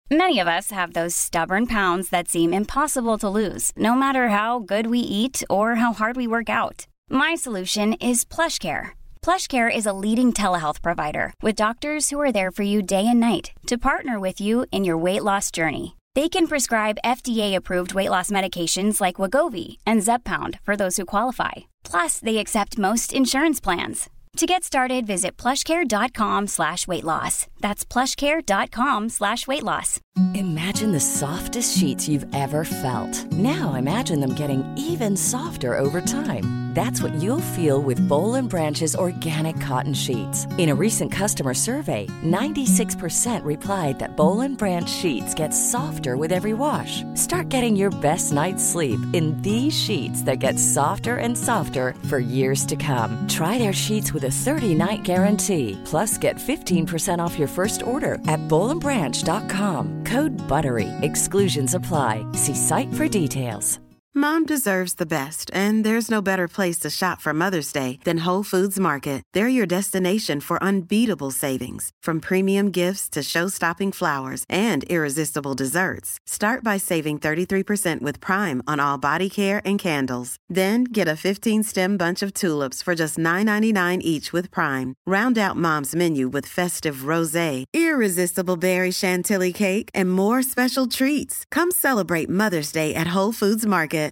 Many of us have those stubborn pounds that seem impossible to lose, no matter how good we eat or how hard we work out. My solution is PlushCare. PlushCare is a leading telehealth provider with doctors who are there for you day and night to partner with you in your weight loss journey. They can prescribe FDA-approved weight loss medications like Wegovy and Zepbound for those who qualify. Plus, they accept most insurance plans. To get started, visit plushcare.com/weightloss. That's plushcare.com/weightloss. Imagine the softest sheets you've ever felt. Now imagine them getting even softer over time. That's what you'll feel with Boll & Branch's organic cotton sheets. In a recent customer survey, 96% replied that Boll & Branch sheets get softer with every wash. Start getting your best night's sleep in these sheets that get softer and softer for years to come. Try their sheets with a 30-night guarantee. Plus, get 15% off your first order at bollandbranch.com. Code BUTTERY. Exclusions apply. See site for details. Mom deserves the best, and there's no better place to shop for Mother's Day than Whole Foods Market. They're your destination for unbeatable savings, from premium gifts to show-stopping flowers and irresistible desserts. Start by saving 33% with Prime on all body care and candles. Then get a 15-stem bunch of tulips for just $9.99 each with Prime. Round out Mom's menu with festive rosé, irresistible berry chantilly cake, and more special treats. Come celebrate Mother's Day at Whole Foods Market.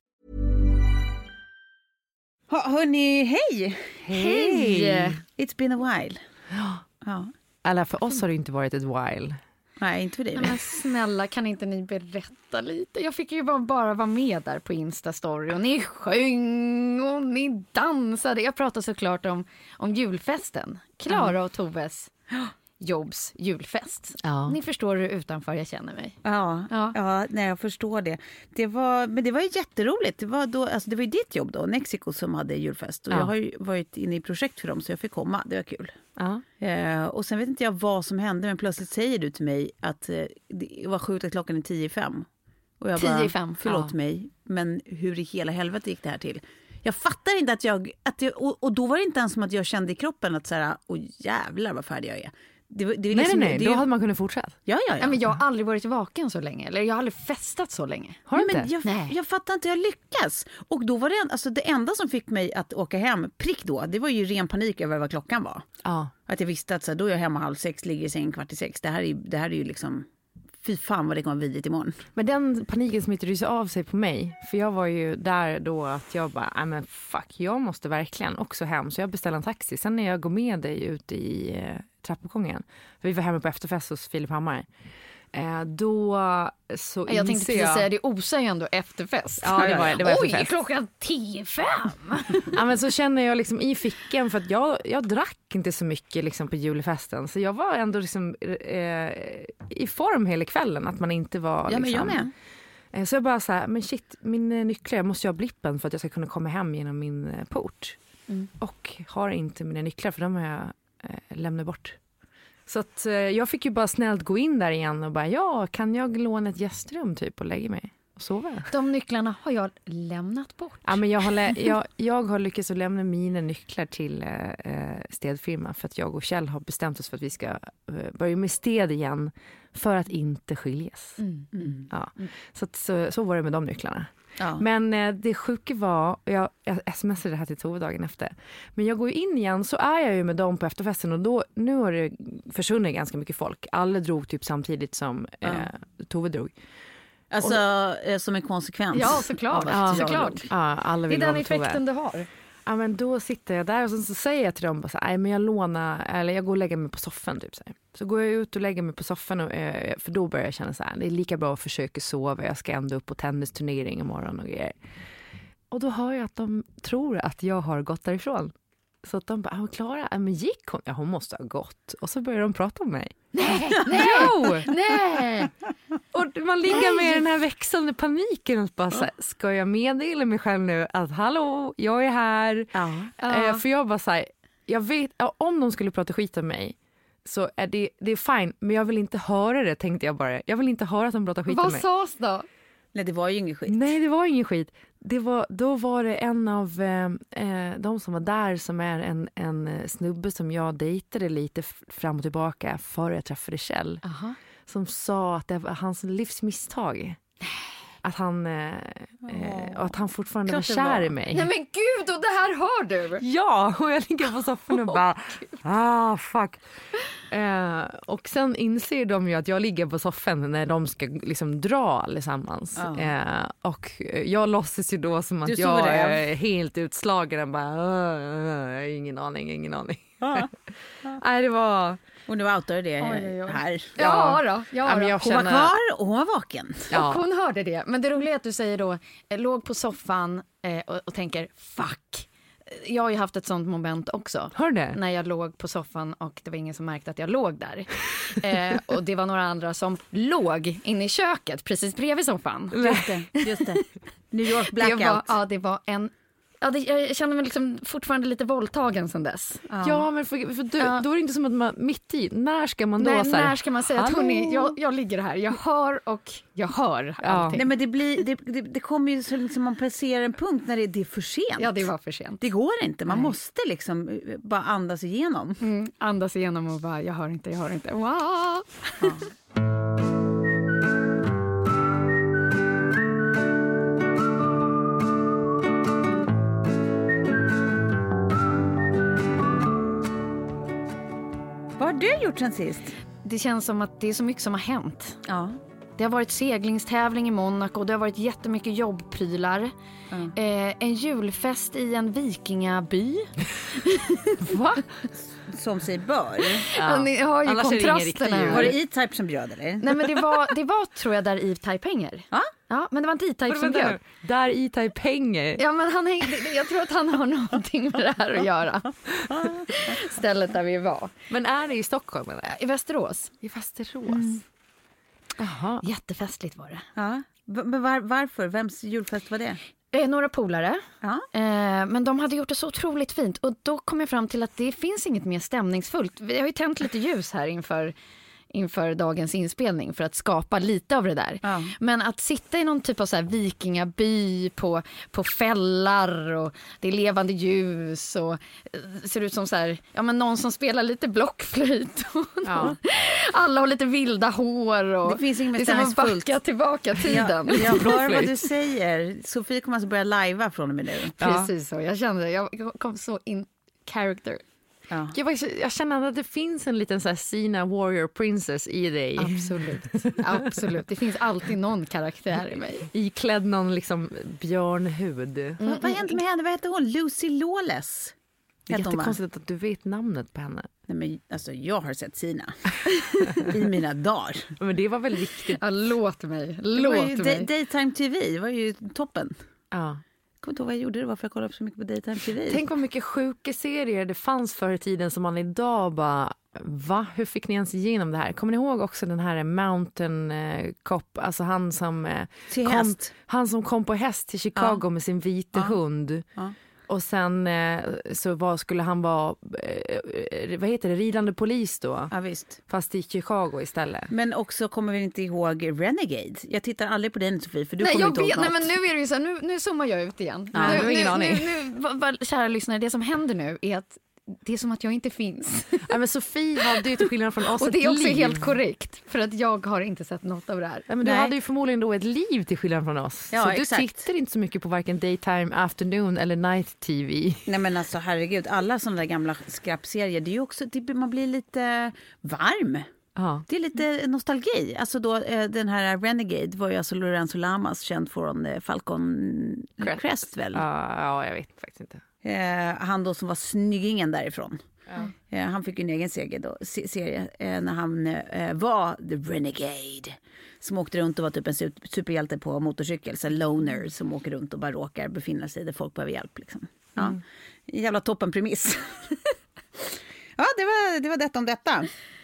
Hörni, hej! Hej! It's been a while. Ja. Alla för oss har det inte varit ett while. Nej, inte för dig. Men snälla, kan inte ni berätta lite? Jag fick ju bara vara med där på Insta-story. Och ni sjöng och ni dansade. Jag pratade såklart om julfesten. Klara och Toves Jobs julfest. Ja. Ni förstår hur utanför jag känner mig. Ja, nej, jag förstår det. Men det var ju jätteroligt. Det var ju ditt jobb då, Mexico, som hade julfest. Och jag har ju varit inne i projekt för dem, så jag fick komma. Det var kul. Ja. Och sen vet inte jag vad som hände, men plötsligt säger du till mig att det var sjukt att klockan är 10:05. Och jag bara, 10:05. Förlåt mig, men hur i hela helvete gick det här till? Jag fattar inte och då var det inte ens som att jag kände i kroppen att så här, jävlar vad färdig jag är. Nej, då hade man kunnat fortsätta. Ja. Men jag har aldrig varit vaken så länge. Eller jag har aldrig festat så länge. Har du inte? Jag fattar inte hur jag lyckas. Och då var det enda som fick mig att åka hem prick då, det var ju ren panik över vad klockan var. Ja. Att jag visste att så här, då är jag hemma 5:30, ligger i säng 5:45. Det här är ju liksom, fy fan vad det kommer vidare imorgon. Men den paniken smittade ju sig av sig på mig. För jag var ju där då att jag bara, men fuck, jag måste verkligen också hem. Så jag beställde en taxi. Sen när jag går med dig ut i trappuppgången. För vi var hemma på efterfest hos Filip Hammar. Då så jag tänkte precis säga, det osar ju ändå efterfest. Ja, det var efterfest. Oj, klockan 10:05. Ja, men så känner jag liksom i fickan, för att jag drack inte så mycket liksom på julfesten. Så jag var ändå liksom i form hela kvällen, att man inte var ja, liksom, men jag med. Så jag bara så här, men shit, min nycklar, jag måste ju ha blippen för att jag ska kunna komma hem genom min port. Och har inte mina nycklar, för de har jag lämnat bort. Så att jag fick ju bara snällt gå in där igen och bara, kan jag låna ett gästrum typ och lägga mig och sova? De nycklarna har jag lämnat bort. Ja, men jag har lyckats att lämna mina nycklar till städfirma, för att jag och Kjell har bestämt oss för att vi ska börja med städ igen för att inte skiljas. Ja. Så var det med de nycklarna. Ja. Men det sjuka var, jag smsade det här till Tove dagen efter, men jag går ju in igen, så är jag ju med dem på efterfesten, och nu har det försvunnit ganska mycket folk. Alla drog typ samtidigt som Tove drog. Alltså som en konsekvens. Ja, såklart. Ja, alla vill det är den Tove. effekten du har. Ja, men då sitter jag där och så säger jag till dem bara så här, men jag går och lägger mig på soffan typ så här. Så går jag ut och lägger mig på soffan och, för då börjar jag känna så här, det är lika bra att försöka sova, jag ska ändå upp på tennisturnering imorgon och grejer. Och då hör jag att de tror att jag har gått därifrån. Så att de bara, Klara, men gick hon? Ja, hon måste ha gått. Och så börjar de prata om mig. Nej. Och man ligger med den här växande paniken och bara så här, ska jag meddela mig själv nu att hallå, jag är här. För jag bara så här, jag vet, om de skulle prata skit om mig så är det är fine, men jag vill inte höra det, tänkte jag bara. Jag vill inte höra att de pratar skit om mig. Vad sades då? Nej, det var ju ingen skit. Nej, det var ingen skit. Då var det en av de som var där, som är en snubbe som jag dejtade lite fram och tillbaka före jag träffade Kjell. som sa att det var hans livsmisstag. Att han, och att han fortfarande var kär i mig. Nej men gud, och det här hör du! Ja, och jag ligger på soffan och bara, fuck. Och sen inser de ju att jag ligger på soffan när de ska liksom dra allesammans. Och jag låtsas ju då som att jag är helt utslagen och bara, ingen aning. Nej, det var... Och nu outar det här. Ja, men jag känner... Hon var kvar och hon var vaken. Ja. Och hon hörde det. Men det roliga är att du säger då, låg på soffan och tänker, fuck. Jag har ju haft ett sånt moment också. Hör det? När jag låg på soffan och det var ingen som märkte att jag låg där. Och det var några andra som låg inne i köket precis bredvid soffan. Just det. New York blackout. Det var en... Ja, jag känner mig liksom fortfarande lite våldtagen sen dess. Ja, men för då är det inte som att man mitt i, när ska man då när ska man säga att hörni, jag ligger här, jag hör allting. Nej, men det kommer ju så liksom man passerar en punkt när det är för sent. Ja, det var för sent. Det går inte, man måste liksom bara andas igenom. Andas igenom och bara, jag hör inte. Wow! Ja. Vad har du gjort sen sist? Det känns som att det är så mycket som har hänt. Ja. Det har varit seglingstävling i Monaco och det har varit jättemycket jobbprylar. En julfest i en vikingaby. Va? Som sig bör. Ja. Ni har ju kontrasterna. Var det E-Type som bjöd eller? Nej, men det var tror jag där E-Type hänger. Ja, men det var inte E-Type som bjöd. Där E-Type hänger. Ja, men jag tror att han har någonting med det här att göra. Stället där vi var. Men är det i Stockholm eller? I Västerås. I Västerås. Jaha. Jättefestligt var det. Ja. Men varför? Vems julfest var det? Några polare. Men de hade gjort det så otroligt fint. Och då kom jag fram till att det finns inget mer stämningsfullt. Vi har ju tänt lite ljus här inför dagens inspelning för att skapa lite av det där. Men att sitta i någon typ av så här vikingaby på fällar och det är levande ljus och ser ut som så här, ja men någon som spelar lite blockflöjt och alla har lite vilda hår och det finns inget det är som att backa tillbaka tiden. Jag hör vad du säger. Sofie kommer alltså börja lajva från och med nu. Precis så, jag kände jag kom så in character. Ja. Jag känner att det finns en liten så här Sina Warrior Princess i dig. Absolut. Det finns alltid någon karaktär i mig. Iklädd någon liksom björnhud. Vad hände med henne? Vad heter hon? Lucy Lawless. Det är jättekonstigt att du vet namnet på henne. Nej, men alltså jag har sett Sina i mina dagar. Men det var väl viktigt. Ja, låt mig. Daytime TV var ju toppen. Ja. Jag kommer inte ihåg vad jag gjorde, det var för att jag kollade så mycket på Daytime TV. Tänk vad mycket sjuka serier det fanns förr i tiden som man idag bara, va? Hur fick ni ens igenom det här? Kommer ni ihåg också den här Mountain Cop, alltså han som kom på häst till Chicago med sin vita hund. Ja. Och sen så skulle han vara, vad heter det, ridande polis då? Ja, visst. Fast i Chicago istället. Men också kommer vi inte ihåg Renegade. Jag tittar aldrig på den, Sofie, för du kommer inte ihåg något. Nej, men nu är det ju så här, nu zoomar jag ut igen. Ja, nu, kära lyssnare, det som händer nu är att det är som att jag inte finns. Ja, men Sofie hade ju till skillnad från oss och det är också liv. Helt korrekt, för att jag har inte sett något av det här. Ja, men du hade ju förmodligen då ett liv till skillnad från oss. Ja, så exakt. Du tittar inte så mycket på varken daytime, afternoon eller night TV. Nej, men alltså herregud, alla sådana där gamla skrappserier, det är ju också, man blir lite varm. Ja. Det är lite nostalgi. Alltså då, den här Renegade var ju alltså Lorenzo Lamas, känd från Falcon Crest väl? Ja, jag vet faktiskt inte. Han då som var snyggingen därifrån. Han fick ju en egen serie när han var The Renegade. Som åkte runt och var typ en superhjälte på motorcykel. Så loner som åker runt och bara råkar befinna sig där folk behöver hjälp. Liksom. Ja. Jävla toppen premiss. Ja, det var detta om detta.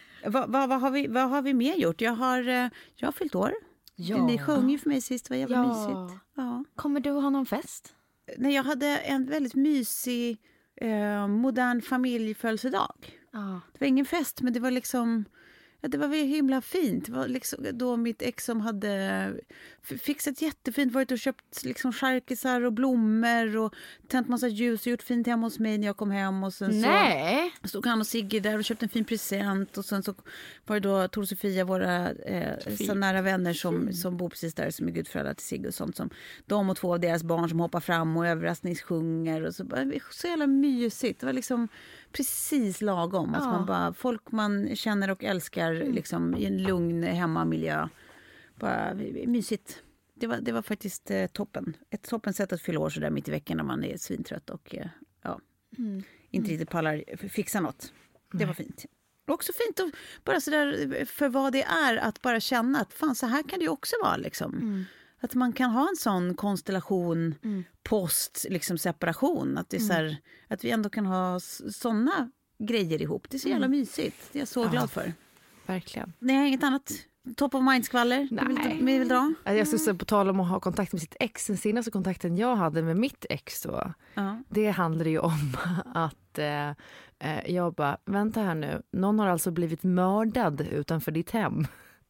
Vad har vi mer gjort? Jag har fyllt år. Ja. Ni sjöng ju för mig sist, det var jävla mysigt. Ja. Kommer du ha någon fest? Nej, jag hade en väldigt mysig modern familjefödelsedag. Det var ingen fest, men det var liksom det var väl himla fint. Det var liksom då mitt ex som hade fixat jättefint, varit och köpt liksom charkisar och blommor och tänt massa ljus och gjort fint hemma hos mig när jag kom hem. Och sen så stod han och Sigge där och köpte en fin present. Och sen så var det då Tor och Sofia, våra så nära vänner som bor precis där, som är gudföräldrar till Sigge och sånt, som de och 2 av deras barn som hoppar fram och överraskningssjunger och så jävla mysigt. Det var liksom precis lagom. Alltså man bara, folk man känner och älskar liksom, i en lugn hemmamiljö. Bara mysigt. Det var faktiskt toppen. Ett toppen sätt att fylla år så där mitt i veckan när man är svintrött och inte riktigt pallar fixa något. Det var fint. Också fint att bara så där, för vad det är, att bara känna att fan, så här kan det ju också vara liksom. Att man kan ha en sån konstellation post liksom separation, att det är så här, att vi ändå kan ha såna grejer ihop. Det är så jävla mysigt. Det är jag så glad för. Verkligen. Ni har inget annat top of mind-skvaller? Ni vill dra? Jag skulle säga, på tal om att ha kontakt med sitt ex, den senaste kontakten jag hade med mitt ex då, det handlade ju om att jag bara, vänta här nu, någon har alltså blivit mördad utanför ditt hem.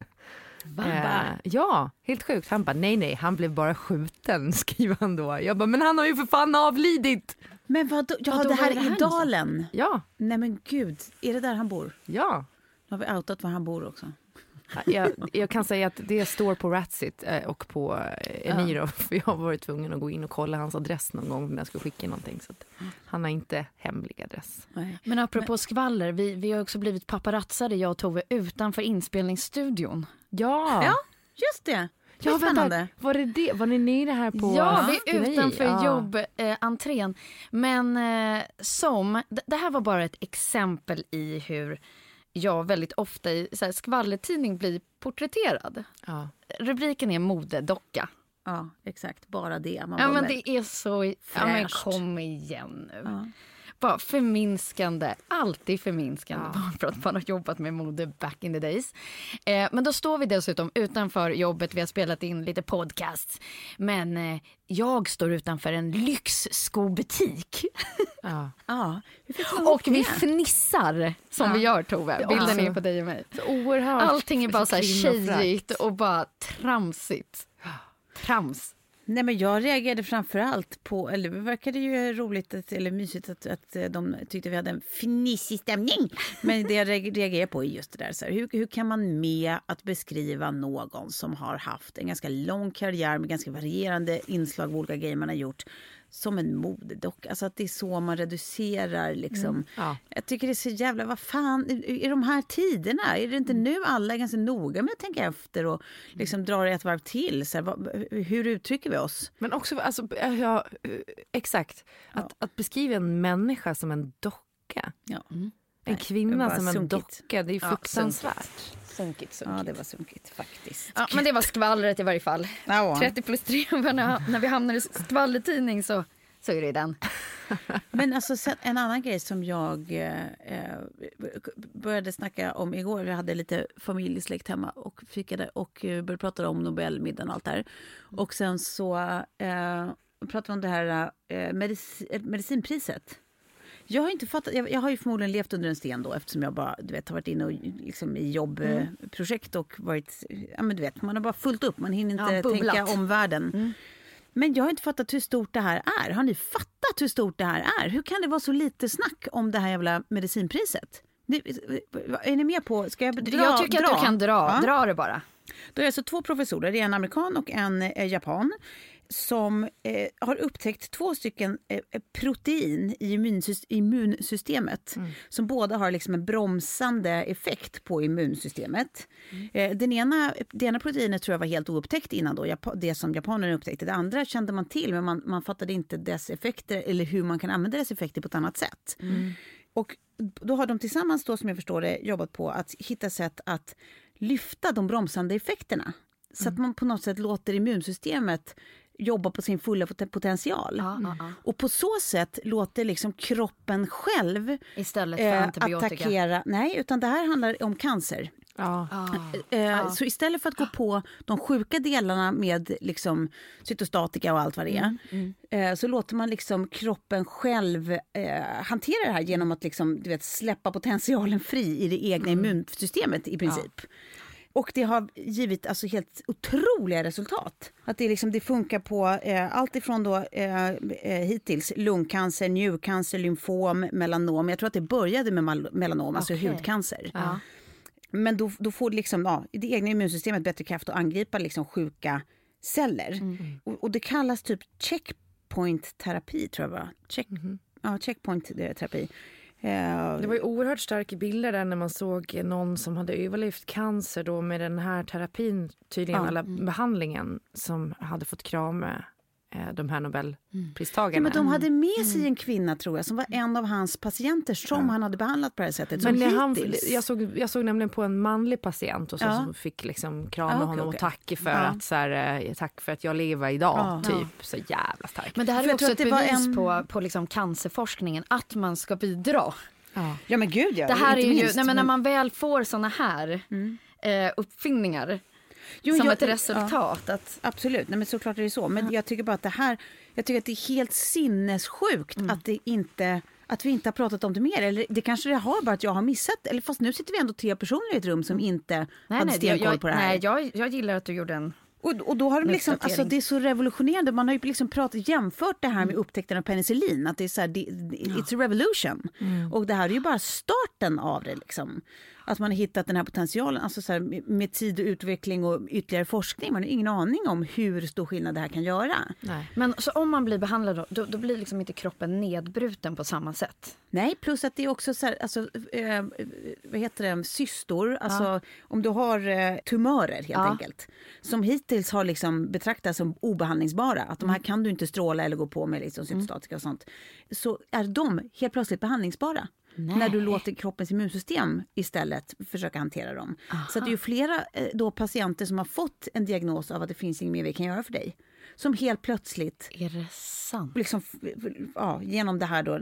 Ja, helt sjukt. Han bara, nej, han blev bara skjuten, skriver han då. Jag bara, men han har ju för fan avlidit. Men vadå? Ja, det här är i Dalen. Ja. Nej men gud, är det där han bor? Ja. Nu har vi outat var han bor också. Jag kan säga att det står på Ratsit och på Eniro, för jag har varit tvungen att gå in och kolla hans adress någon gång när jag ska skicka någonting, så att han har inte hemlig adress. Nej. Men apropå skvaller, vi har också blivit paparazzade, jag och Tove, utanför inspelningsstudion. Ja, just det. Ja, vänta, var ni nere här på? Ja, vi är utanför jobbentrén. Men det här var bara ett exempel i hur jag väldigt ofta i så här skvallertidning blir porträtterad. Ja. Rubriken är modedocka. Ja, exakt. Bara det. Men det är så... Ja, men kom igen nu. Ja. Bara förminskande. Alltid förminskande. Ja. För att man har jobbat med mode back in the days. Men då står vi dessutom utanför jobbet. Vi har spelat in lite podcasts. Men jag står utanför en lyxskobutik. Ja. Ja. Och vi fnissar som vi gör, Tove. Bilden är på dig och mig. Så oerhört. Allting är bara så här tjejigt och bara tramsigt. Trams. Nej, men jag reagerade framförallt på, eller det verkade ju roligt eller mysigt att de tyckte vi hade en fnissig stämning. Men det jag reagerar på är just det där. Så här, hur kan man med att beskriva någon som har haft en ganska lång karriär med ganska varierande inslag av olika grejer man har gjort som en modedocka. Alltså att det är så man reducerar liksom. Ja. Jag tycker det är så jävla, vad fan, i de här tiderna, är det inte nu alla är ganska noga med att tänka efter och liksom dra det ett varv till? Så här, hur uttrycker vi oss? Men också, alltså, exakt, att beskriva en människa som en docka. Ja. En kvinna som en docka, det är ju fruktansvärt. Sunkigt. Ja, det var sunkigt faktiskt. Ja, men det var skvallret i varje fall. 30 plus 3, när vi hamnar i skvallertidning så är det den. Men alltså sen, en annan grej som jag började snacka om igår. Vi hade lite familjesläkt hemma och fikade och började prata om Nobelmiddagen och allt där. Och sen så pratade vi om det här medicinpriset. Jag har inte fattat, jag har ju förmodligen levt under en sten då, eftersom jag bara, du vet, har varit inne och liksom i jobbprojekt och varit, ja men du vet, man har bara fullt upp, man hinner inte tänka om världen. Men jag har inte fattat hur stort det här är. Har ni fattat hur stort det här är? Hur kan det vara så lite snack om det här jävla medicinpriset? Är ni med på, ska jag dra? Jag tycker att du kan dra det bara. Då är alltså 2 professorer, det är en amerikan och en japan, som har upptäckt 2 stycken protein i immunsystemet som båda har liksom en bromsande effekt på immunsystemet. Det ena proteinet tror jag var helt oupptäckt innan då, det som japanerna upptäckte. Det andra kände man till, men man fattade inte dess effekter eller hur man kan använda dess effekter på ett annat sätt. Och då har de tillsammans då, som jag förstår det, jobbat på att hitta sätt att lyfta de bromsande effekterna. Så att man på något sätt låter immunsystemet jobba på sin fulla potential. Och på så sätt låter liksom kroppen själv istället för antibiotika attackera. Nej, utan det här handlar om cancer. Så istället för att gå på de sjuka delarna med liksom cytostatika och allt vad det är, så låter man liksom kroppen själv hantera det här genom att liksom, släppa potentialen fri i det egna immunsystemet i princip. Och det har givit alltså helt otroliga resultat. Att det, liksom, det funkar på allt ifrån då, hittills lungcancer, njurcancer, lymfom, melanom. Jag tror att det började med melanom, alltså hudcancer. Ja. Men då får det, liksom, det egna immunsystemet bättre kraft att angripa liksom, sjuka celler. Och det kallas typ checkpoint-terapi, tror jag. Checkpoint-terapi. Det var ju oerhört starka bilder där när man såg någon som hade överlevt cancer då med den här terapin, tydligen alla behandlingen som hade fått krama de här Nobelpristagarna. Ja, men de hade med sig en kvinna, tror jag, som var en av hans patienter som han hade behandlat på det här sättet. Men jag såg nämligen på en manlig patient och som fick liksom krama honom och tack för att så här, tack för att jag lever idag, typ. Så jävla starkt. Men det här är också ett bevis på liksom cancerforskningen, att man ska bidra. Ja men gud, det här är ju, när man väl får såna här uppfinningar som ett resultat. Absolut, nej, men såklart är det så. Men jag tycker bara att jag tycker att det är helt sinnessjukt att vi inte har pratat om det mer. Eller det kanske det har, bara att jag har missat. Eller fast nu sitter vi ändå 3 personer i ett rum som inte hade stenkoll på det här. Nej, jag gillar att du gjorde en... Och då har de liksom, alltså det är så revolutionerande. Man har ju liksom jämfört det här med upptäckten av penicillin. Att det är så här, it's a revolution. Och det här är ju bara starten av det liksom. Att man har hittat den här potentialen, alltså så här, med tid och utveckling och ytterligare forskning. Man har ingen aning om hur stor skillnad det här kan göra. Nej. Men så om man blir behandlad då blir liksom inte kroppen nedbruten på samma sätt? Nej, plus att det är också så här, alltså, vad heter det, cystor, alltså om du har tumörer helt enkelt, som hittills har liksom betraktats som obehandlingsbara, att de här kan du inte stråla eller gå på med liksom cytostatika och sånt, så är de helt plötsligt behandlingsbara. Nej. När du låter kroppens immunsystem istället försöka hantera dem. Så att det är ju flera då patienter som har fått en diagnos av att det finns inget mer vi kan göra för dig. Som helt plötsligt... Är det sant? Liksom, genom det här då,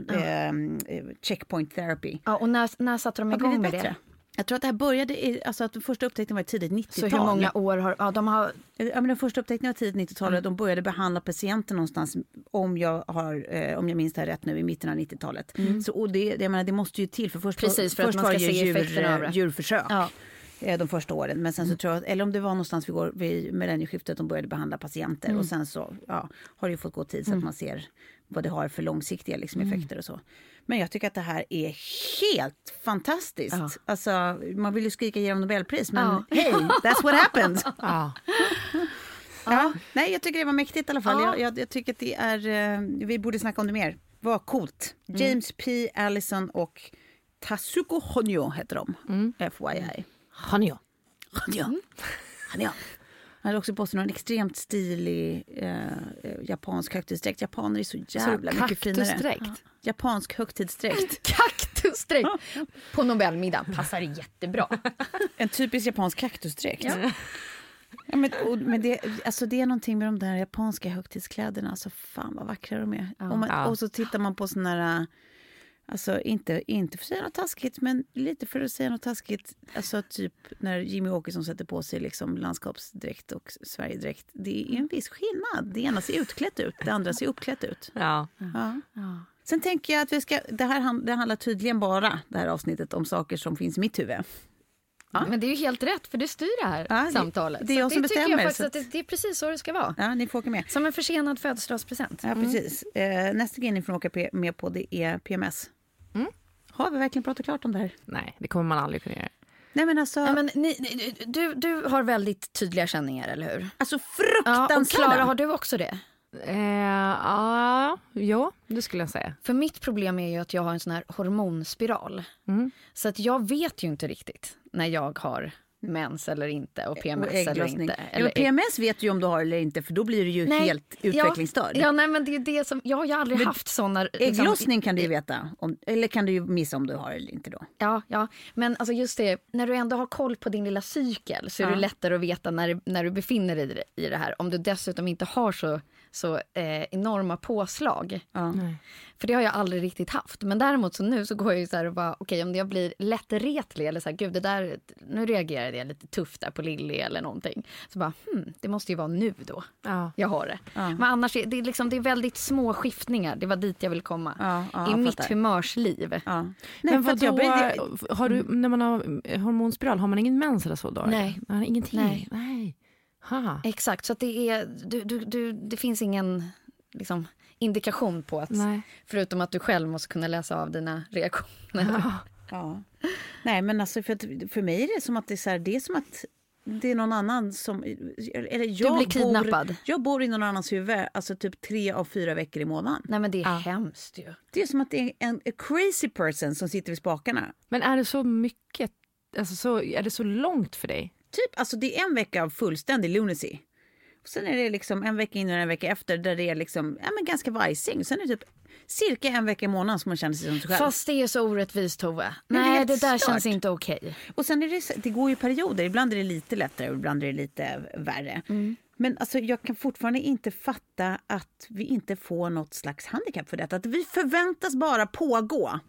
checkpoint therapy. Ja, och när satte de igång med det? Jag tror att det här började, alltså att den första upptäckten var i tidigt 90-tal. Så hur många år har... Ja, men den första upptäckten var tidigt 90-talet. De började behandla patienter någonstans, om jag minns det här rätt nu, i mitten av 90-talet. Så, och det måste ju till, för först för att man ska se effekterna av det. Djurförsök. Ja. De första åren, men sen så tror jag, eller om det var någonstans vid millennieskiftet de började behandla patienter och sen så har det ju fått gå tid så att man ser vad det har för långsiktiga liksom, effekter och så. Men jag tycker att det här är helt fantastiskt. Alltså, man vill ju skrika genom Nobelpris, men hey, that's what happened. Nej, jag tycker det var mäktigt i alla fall. Jag tycker att det är, vi borde snacka om det mer. Vad coolt. James P. Allison och Tasuku Honyo heter de. FYI. Honyo. Han hade också på sig någon extremt stilig japansk högtidsdräkt. Japaner är så jävla mycket finare. Japansk högtidsdräkt. Kaktusdräkt. På Nobelmiddag passar det jättebra. En typisk japansk kaktusdräkt. Ja, men det är någonting med de där japanska högtidskläderna. Alltså fan vad vackra de är. Och så tittar man på såna där... Alltså inte för att säga något taskigt, men lite för att säga något taskigt. Alltså typ när Jimmy Åkesson sätter på sig liksom landskapsdräkt och Sverigedräkt. Det är en viss skillnad. Det ena ser utklätt ut, det andra ser uppklätt ut. Ja. Sen tänker jag att det handlar tydligen bara, det här avsnittet, om saker som finns i mitt huvud. Ja. Men det är ju helt rätt, för du styr det här samtalet. Det är jag som bestämmer. Jag faktiskt att det är precis så det ska vara. Ja, ni får åka med. Som en försenad födelsedagspresent. Ja, precis. Nästa grej ni får åka med på, det är PMS. Har vi verkligen pratat klart om det här? Nej, det kommer man aldrig kunna göra. Nej, men alltså... Ja, men du har väldigt tydliga känningar, eller hur? Alltså fruktansvärda! Och Klara, har du också det? Ja, det skulle jag säga. För mitt problem är ju att jag har en sån här hormonspiral. Så att jag vet ju inte riktigt när jag har mens eller inte och PMS och eller inte. Eller PMS vet du ju om du har eller inte, för då blir du ju helt utvecklingsstörd. Ja, nej, men det är det som jag har ju aldrig haft såna. Ägglossning kan du ju veta eller kan du ju missa om du har eller inte då. Ja, men alltså just det, när du ändå har koll på din lilla cykel så är det lättare att veta när du befinner dig i det här. Om du dessutom inte har så enorma påslag. För det har jag aldrig riktigt haft. Men däremot så nu så går jag ju så här och bara, okej, om jag blir lättretlig eller så här, gud det där, nu reagerade jag lite tufft där på Lilly eller någonting. Så bara, det måste ju vara nu då. Jag har det. Men annars är det liksom, det är väldigt små skiftningar. Det var dit jag vill komma. I mitt humörsliv. Nej, men vad har du, när man har hormonspiral, har man ingen mens eller så då? Nej. Ingenting? Nej. Exakt, så att det är det finns ingen liksom indikation på att förutom att du själv måste kunna läsa av dina reaktioner. Nej, men alltså för mig är det som att det är så här, det är som att det är någon annan som eller du blir kidnappad. Jag bor i någon annans huvud, alltså typ 3 av 4 veckor i månaden. Nej, men det är hemskt ju. Det är som att det är en crazy person som sitter vid spakarna. Men är det så mycket, alltså är det så långt för dig? Typ, alltså det är en vecka av fullständig lunacy. Och sen är det liksom en vecka innan och en vecka efter där det är liksom, men ganska vajsing. Sen är det typ cirka en vecka i månaden som man känner sig som sig själv. Fast det är så orättvist, Tove. Nej, det där känns inte okej. Och sen är det går ju perioder. Ibland är det lite lättare och ibland är det lite värre. Men alltså, jag kan fortfarande inte fatta att vi inte får något slags handikapp för detta. Att vi förväntas bara pågå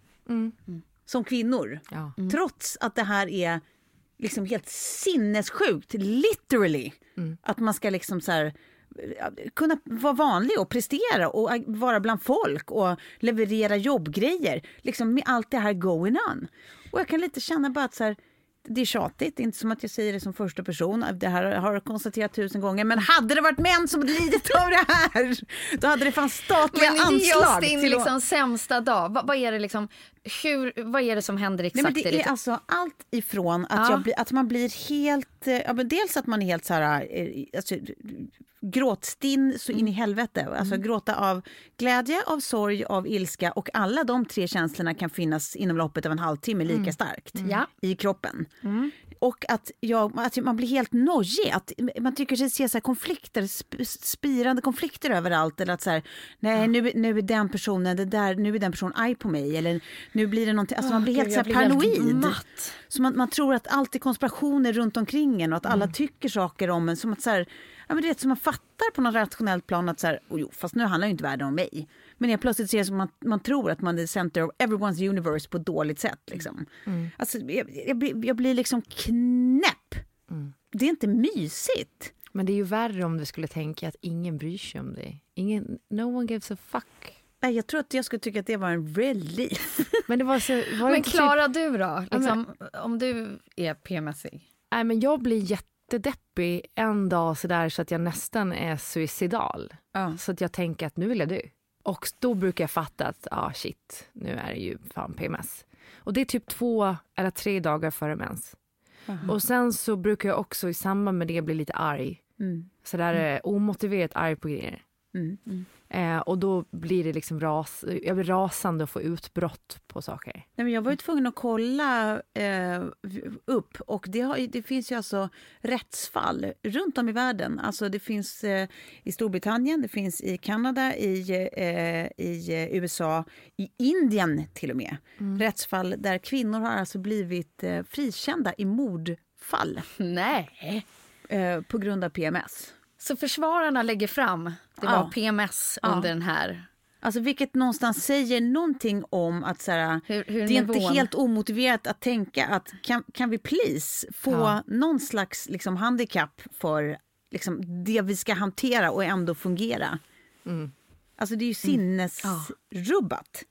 som kvinnor. Trots att det här är liksom helt sinnessjukt, literally. Att man ska liksom så här kunna vara vanlig och prestera och vara bland folk och leverera jobbgrejer liksom med allt det här going on. Och jag kan lite känna bara att så här, det är tjatigt, inte som att jag säger det som första person. Det här har jag konstaterat 1000 gånger. Men hade det varit män som lidit av det här, då hade det fanns statliga anslag. Men ge oss din liksom sämsta dag. Vad är det liksom, vad är det som händer exakt? Nej, men det är alltså allt ifrån att man blir helt, dels att man är helt så här, alltså, gråtstinn så in i helvete. Alltså gråta av glädje, av sorg, av ilska. Och alla de 3 känslorna kan finnas inom loppet av en halvtimme lika starkt i kroppen. Och att man blir helt nojig. Att man tycker sig se så här konflikter, spirande konflikter överallt. Eller att så här, nej nu är den personen, nu är den personen arg på mig. Eller nu blir det någonting, alltså man blir helt så här paranoid. Så man tror att allt är konspirationer runt omkring en och att alla tycker saker om en. Som att så här, men det är som man fattar på något rationellt plan att så här, fast nu handlar ju inte världen om mig. Men jag plötsligt ser det som att man tror att man är center of everyone's universe på ett dåligt sätt. Liksom. Alltså, jag blir liksom knäpp. Det är inte mysigt. Men det är ju värre om du skulle tänka att ingen bryr sig om dig. No one gives a fuck. Nej, jag tror att jag skulle tycka att det var en relief. Men det var men Klara, du då? Liksom, om du är PMSig? Nej, men jag blir jättedeppig en dag så där så att jag nästan är suicidal. Så att jag tänker att nu vill jag dö. Och då brukar jag fatta att shit, nu är det ju fan PMS. Och det är typ 2 eller 3 dagar före mens. Och sen så brukar jag också i samband med det bli lite arg. Så där omotiverat arg på grejer. Och då blir det liksom jag blir rasande och får utbrott på saker. Nej, men jag var ju tvungen att kolla upp och det finns ju alltså rättsfall runt om i världen. Alltså det finns i Storbritannien, det finns i Kanada, i USA, i Indien till och med. Rättsfall där kvinnor har alltså blivit frikända i mordfall. Nej. På grund av PMS. Så försvararna lägger fram, det var PMS under den här. Alltså vilket någonstans säger någonting om att så här, hur det är inte helt omotiverat att tänka att kan vi please få någon slags liksom, handikapp för liksom, det vi ska hantera och ändå fungera. Alltså det är ju sinnesrubbat.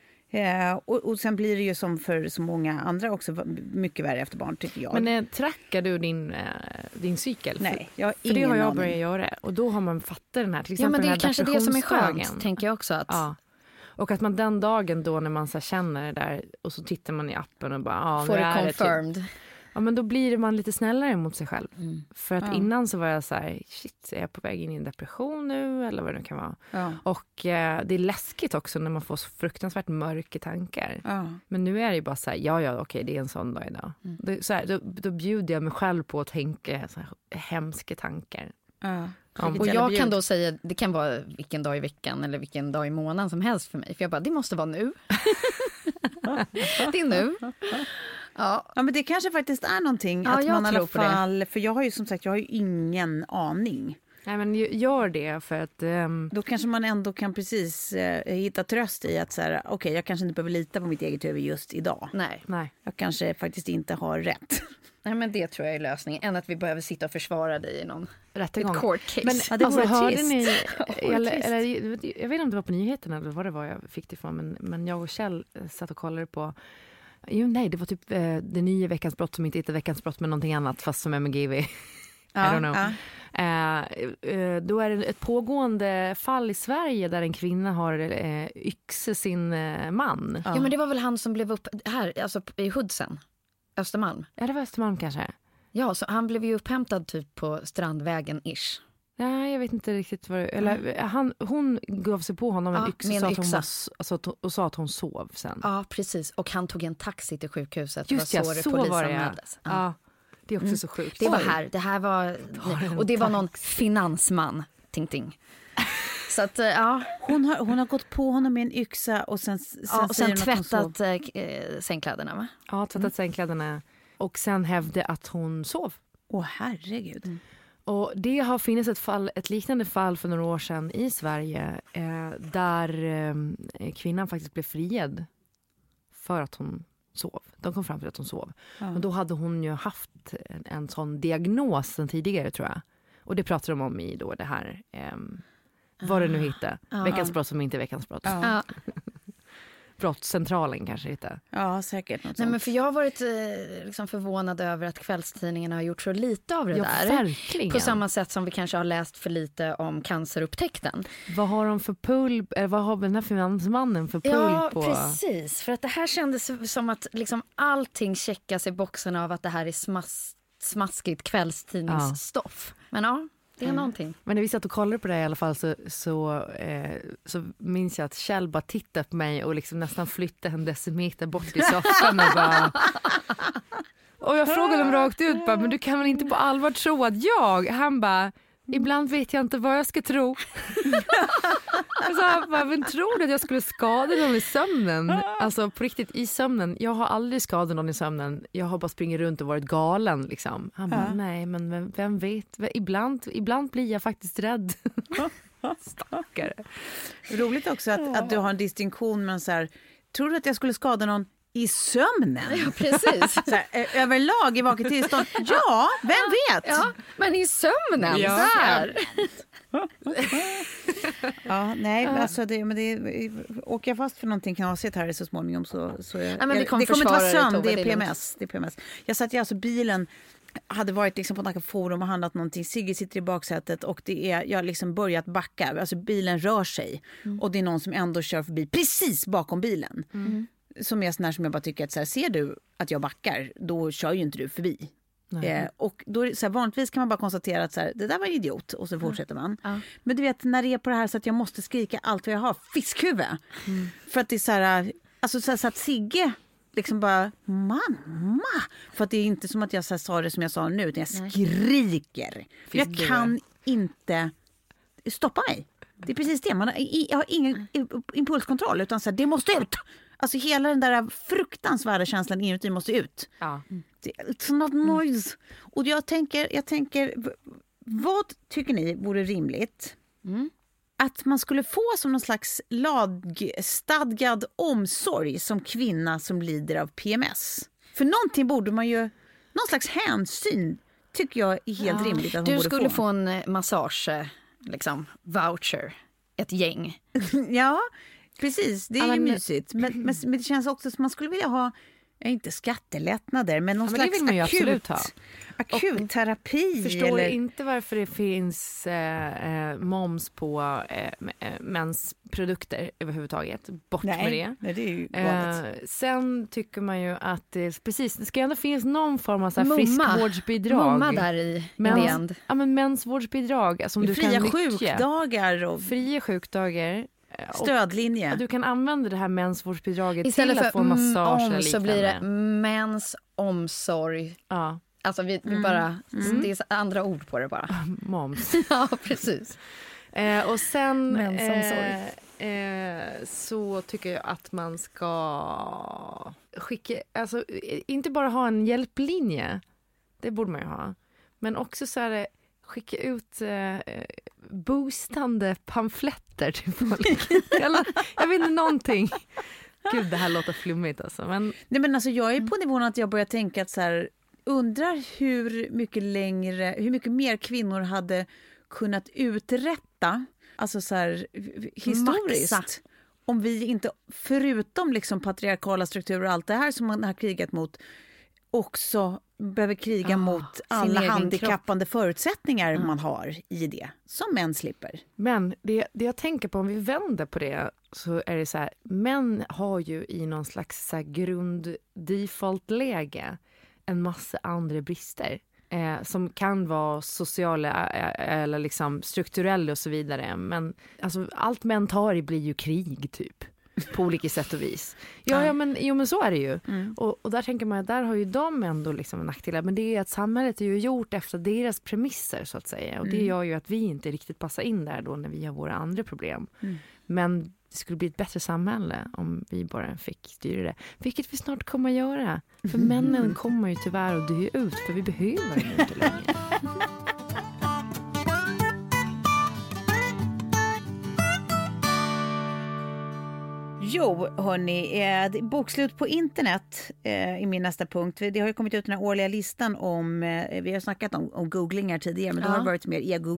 Och sen blir det ju som för så många andra också mycket värre efter barn tycker jag. Men trackar du din cykel? Nej, jag har för det har jag börjat göra. Och då har man fattat den här, till exempel men det är kanske det som är skönt, tänker jag också. Att... Och att man den dagen då när man så känner det där och så tittar man i appen och bara... får det confirmed. Ja, men då blir man lite snällare mot sig själv. För att innan så var jag så här, shit, är jag på väg in i en depression nu? Eller vad det kan vara. Ja. Och det är läskigt också när man får så fruktansvärt mörka tankar. Ja. Men nu är det ju bara så här, okej, det är en sån dag idag. Så här, då bjuder jag mig själv på att tänka så här hemska tankar. Ja. Och jag kan då säga, det kan vara vilken dag i veckan eller vilken dag i månaden som helst för mig. För jag bara, det måste vara nu. Det är nu. Ja, men det kanske faktiskt är någonting att man i alla fall, för jag har ju som sagt, jag har ju ingen aning. Nej, men gör det för att då kanske man ändå kan precis hitta tröst i att så här, okej, jag kanske inte behöver lita på mitt eget huvud just idag. Nej. Jag kanske faktiskt inte har rätt. Nej, men det tror jag är lösningen. Än att vi behöver sitta och försvara dig i någon rättegång. Court case. Men det alltså, hörde ni, jag vet inte om det var på nyheterna eller vad det var jag fick det ifrån, men jag och Kjell satt och kollade på det var typ det nya Veckans brott som inte är Veckans brott men någonting annat fast som är med GV. I don't know. Då är det ett pågående fall i Sverige där en kvinna har yxe sin man. Ja, men det var väl han som blev upp här, alltså i Hudsen, Östermalm. Ja, det var Östermalm kanske. Ja, så han blev ju upphämtad typ på Strandvägen-ish. Nej, jag vet inte riktigt vad det, eller hon gav sig på honom en yxa och sa att hon sov sen. Ja, precis. Och han tog en taxi till sjukhuset. Just det, så var det. Ja. Det är också så sjukt. Det var här. Det här var och det var någon finansman. Ting. Så att hon har gått på honom med en yxa och sen tvättat sängkläderna, va? Ja, tvättat sängkläderna och sen hävdade att hon sov. Åh, herregud. Och det har funnits ett liknande fall för några år sedan i Sverige där kvinnan faktiskt blev friad för att hon sov. De kom fram till att hon sov. Ja. Men då hade hon ju haft en sån diagnos sen tidigare, tror jag. Och det pratar de om i då det här vad det nu heter. Veckans brott som inte är Veckans brott. Ja. Brottscentralen kanske heter. Ja, säkert. Något Nej, men för jag har varit liksom förvånad över att kvällstidningarna har gjort så lite av det där. Verkligen. På samma sätt som vi kanske har läst för lite om cancerupptäckten. Vad har de för pull, vad har den här finansmannen för pull på? Ja, precis. För att det här kändes som att liksom allting checkas i boxen av att det här är smaskigt kvällstidningsstoff. Men det är någonting. Men när vi satt och kollade på det i alla fall så minns jag att Kjell bara tittade på mig och liksom nästan flyttade en decimeter bort i soffan och bara... Och jag frågade dem rakt ut bara, men du kan väl inte på allvar tro att han bara, ibland vet jag inte vad jag ska tro. Jag sa, men tror du att jag skulle skada någon i sömnen? Alltså på riktigt i sömnen. Jag har aldrig skadat någon i sömnen. Jag har bara springit runt och varit galen liksom. Han bara, nej men vem vet? Ibland blir jag faktiskt rädd. Stackare. Roligt också att du har en distinktion men så här, tror du att jag skulle skada någon i sömnen? Ja, precis. Så här, överlag i vaket tillstånd. Ja, vem vet? Ja, men i sömnen. Ja. Så här. Ja, nej, alltså åker jag fast för någonting knasigt här så småningom så det kommer inte vara sömn, det är PMS. Jag satt alltså bilen hade varit liksom på Nacka Forum och handlat någonting. Sigge sitter i baksätet och jag har liksom börjat backa. Alltså bilen rör sig och det är någon som ändå kör förbi precis bakom bilen. Som är sån här som jag bara tycker att så här, ser du att jag backar, då kör ju inte du förbi. Och då så här, vanligtvis kan man bara konstatera att så här, det där var en idiot och så fortsätter man. Men du vet, när det är på det här så att jag måste skrika allt vad jag har, fiskhuvud. För att det är så här, alltså så att Sigge liksom bara, mamma. För att det är inte som att jag så här, sa det som jag sa nu, utan jag skriker. Jag kan inte stoppa mig. Det är precis det, jag har ingen impulskontroll utan så här, det måste ut. Alltså hela den där fruktansvärda känslan inuti måste ut. It's not noise. Och jag tänker, vad tycker ni vore rimligt? Att man skulle få som någon slags lagstadgad omsorg som kvinna som lider av PMS. För någonting borde man ju, någon slags hänsyn tycker jag är helt rimligt att man borde få. Du skulle få en massage, liksom, voucher, ett gäng. Ja, precis. Det är ju mysigt. Men det känns också som man skulle vilja ha Inte skattelättnader, men någon slags det vill man ju absolut ha. Akut terapi. Förstår inte varför det finns moms på mensprodukter överhuvudtaget. Bort med det. Nej, det är ju galet. Sen tycker man ju att det ska ändå finnas någon form av så här friskvårdsbidrag. Mumma där i end. Ja, men mensvårdsbidrag. Alltså, du fria kan sjukdagar. Och fria sjukdagar. Stödlinje. Du kan använda det här mensvårdsbidraget istället till att få massage eller liknande. Så blir det mensomsorg. Ja. Alltså vi bara, det är andra ord på det bara. Moms. Ja, precis. Och sen mensomsorg. Så tycker jag att man ska skicka, alltså inte bara ha en hjälplinje. Det borde man ju ha. Men också så här skicka ut boostande pamfletter till folk. Jag vet inte någonting. Gud, det här låter flummigt alltså. Men... Nej, men alltså jag är på nivån att jag börjar tänka att så här, undrar hur mycket mer kvinnor hade kunnat uträtta, alltså så här historiskt. Maxa. Om vi inte, förutom liksom patriarkala strukturer och allt det här som man har krigat mot, också behöver kriga mot alla handikappande förutsättningar man har i det, som män slipper. Men det jag tänker på, om vi vänder på det, så är det så här, män har ju i någon slags så här grund-default-läge en massa andra brister. Som kan vara sociala eller liksom strukturella och så vidare. Men alltså, allt män tar i blir ju krig typ. På olika sätt och vis. Men så är det ju. Och där tänker man att där har ju de ändå liksom en nackdel. Men det är att samhället är ju gjort efter deras premisser så att säga. Och det gör ju att vi inte riktigt passar in där då när vi har våra andra problem. Men det skulle bli ett bättre samhälle om vi bara fick styra det. Vilket vi snart kommer att göra. För männen kommer ju tyvärr att dö ut. För vi behöver dem inte längre. Jo, hörni, bokslut på internet i min nästa punkt. Det har ju kommit ut den här årliga listan om, vi har snackat om googlingar tidigare, men det har varit mer e-googling.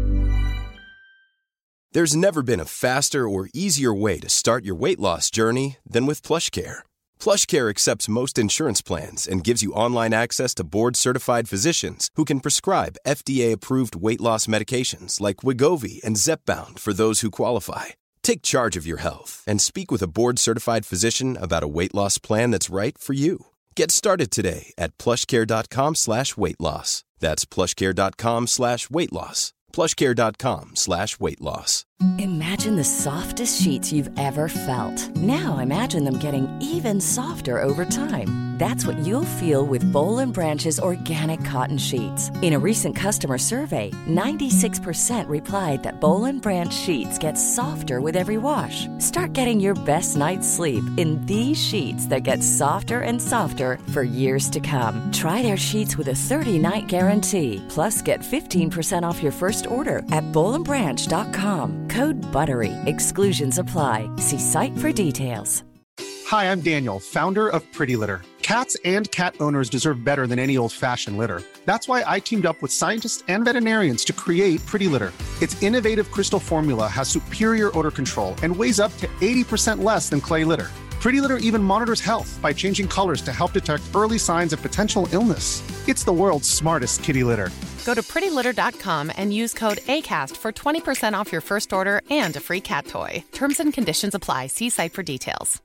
There's never been a faster or easier way to start your weight loss journey than with PlushCare. PlushCare accepts most insurance plans and gives you online access to board-certified physicians who can prescribe FDA-approved weight loss medications like Wegovy and Zepbound for those who qualify. Take charge of your health and speak with a board-certified physician about a weight loss plan that's right for you. Get started today at plushcare.com/weightloss. That's plushcare.com/weightloss. plushcare.com/weightloss. Imagine the softest sheets you've ever felt. Now imagine them getting even softer over time. That's what you'll feel with Boll & Branch's organic cotton sheets. In a recent customer survey, 96% replied that Boll & Branch sheets get softer with every wash. Start getting your best night's sleep in these sheets that get softer and softer for years to come. Try their sheets with a 30-night guarantee. Plus, get 15% off your first order at bollandbranch.com. Code BUTTERY. Exclusions apply. See site for details. Hi, I'm Daniel, founder of Pretty Litter. Cats and cat owners deserve better than any old-fashioned litter. That's why I teamed up with scientists and veterinarians to create Pretty Litter. Its innovative crystal formula has superior odor control and weighs up to 80% less than clay litter. Pretty Litter even monitors health by changing colors to help detect early signs of potential illness. It's the world's smartest kitty litter. Go to prettylitter.com and use code ACAST for 20% off your first order and a free cat toy. Terms and conditions apply. See site for details.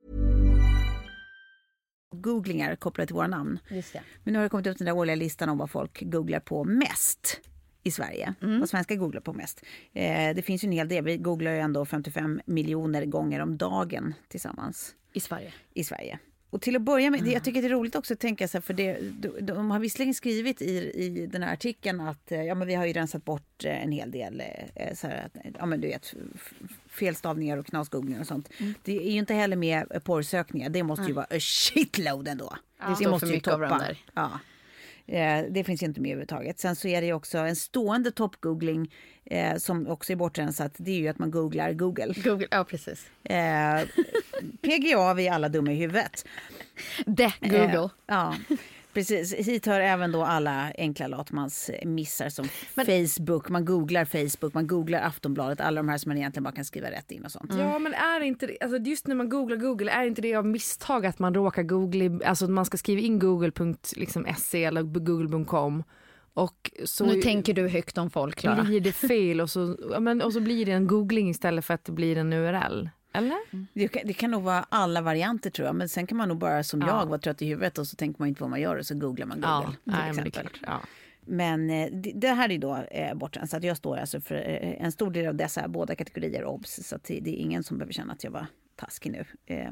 Googlingar kopplat till våra namn. Just det. Men nu har det kommit ut den där årliga listan om vad folk googlar på mest i Sverige. Vad svenskar googlar på mest. Det finns ju en hel del. Vi googlar ju ändå 55 miljoner gånger om dagen tillsammans. I Sverige. Och till att börja med, jag tycker det är roligt också att tänka sig, för de har visserligen skrivit i den här artikeln att men vi har ju rensat bort en hel del så här, men du vet, felstavningar och knasgooglingar och sånt. Det är ju inte heller med porrsökningar, det måste ju vara a shitload ändå. Det måste ju toppa. Ja. Det finns ju inte med överhuvudtaget. Sen så är det ju också en stående toppgoogling som också är bortrensat. Det är ju att man googlar Google. Ja, precis. PGA, vi är alla dumma i huvudet. Google. Ja. Precis, hit hör även då alla enkla latmansmissar som Facebook, man googlar Facebook, man googlar Aftonbladet, alla de här som man egentligen bara kan skriva rätt in och sånt. Ja, men är inte det, alltså just när man googlar Google, är inte det av misstag att man råkar googla, alltså man ska skriva in google.se eller google.com och så nu tänker du högt om folk, Klara. Blir det fel och så blir det en googling istället för att det blir en URL. Eller? Det kan nog vara alla varianter tror jag. Men sen kan man nog bara som jag vara trött i huvudet och så tänker man inte vad man gör och så googlar man Google till exempel. Men det här är då bortrensat. Jag står alltså för en stor del av dessa båda kategorier obs. Så att det är ingen som behöver känna att jag var taskig nu.